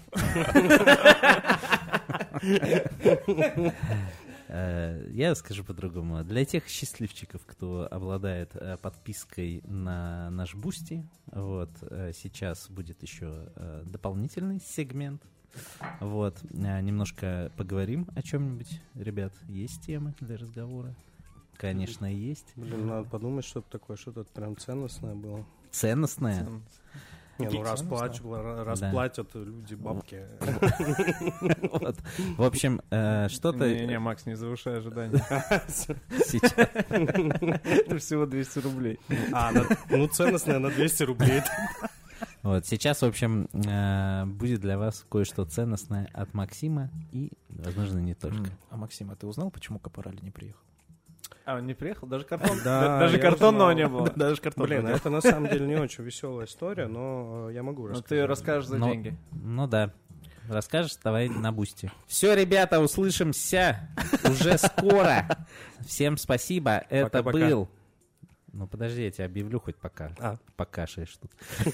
Я скажу по-другому. Для тех счастливчиков, кто обладает подпиской на наш Бусти, вот, сейчас будет еще дополнительный сегмент. Вот, немножко поговорим о чем-нибудь. Ребят, есть темы для разговора? Конечно, есть. Блин, надо подумать, что-то такое, что-то прям ценностное было. Ценностное. Не, ну Ценностное. расплатят люди бабки. Вот. В общем, что-то Не, Макс, не завышай ожидания. сейчас... Это всего 200 рублей. Ну ценностное на 200 рублей. Вот, сейчас, в общем, будет для вас кое-что ценностное от Максима и, возможно, не только. А Максим, а ты узнал, почему Капорали не приехал? А, он не приехал? Даже картон? Да, Даже я картонного узнал. не было. Даже картон. Блин, это на самом деле не очень веселая история, но я могу Ну рассказать. ты расскажешь за Но- деньги. Ну да. Расскажешь, давай на Бусти. Все, ребята, услышимся уже скоро. Всем спасибо. Это Пока-пока. был... Ну подожди, я тебя объявлю хоть пока. Покашаешь тут.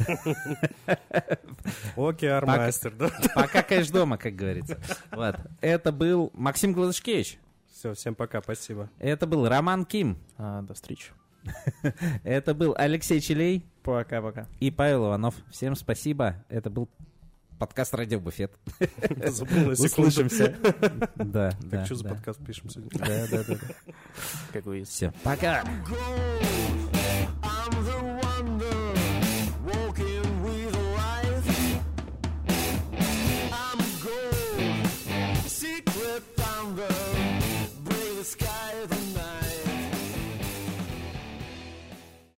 Окей, армастер, да? Пока кэш дома, как говорится. Вот. Это был Максим Гладышкевич. Все, всем пока, спасибо. Это был Роман Ким. До встречи. Это был Алексей Челей Пока-пока. и Павел Иванов. Всем спасибо. Это был подкаст «Радио Буфет». Забыл на секунду. Услышимся. Да, да. Так что за да. подкаст пишем сегодня? Да. Как вы Все, пока. Go!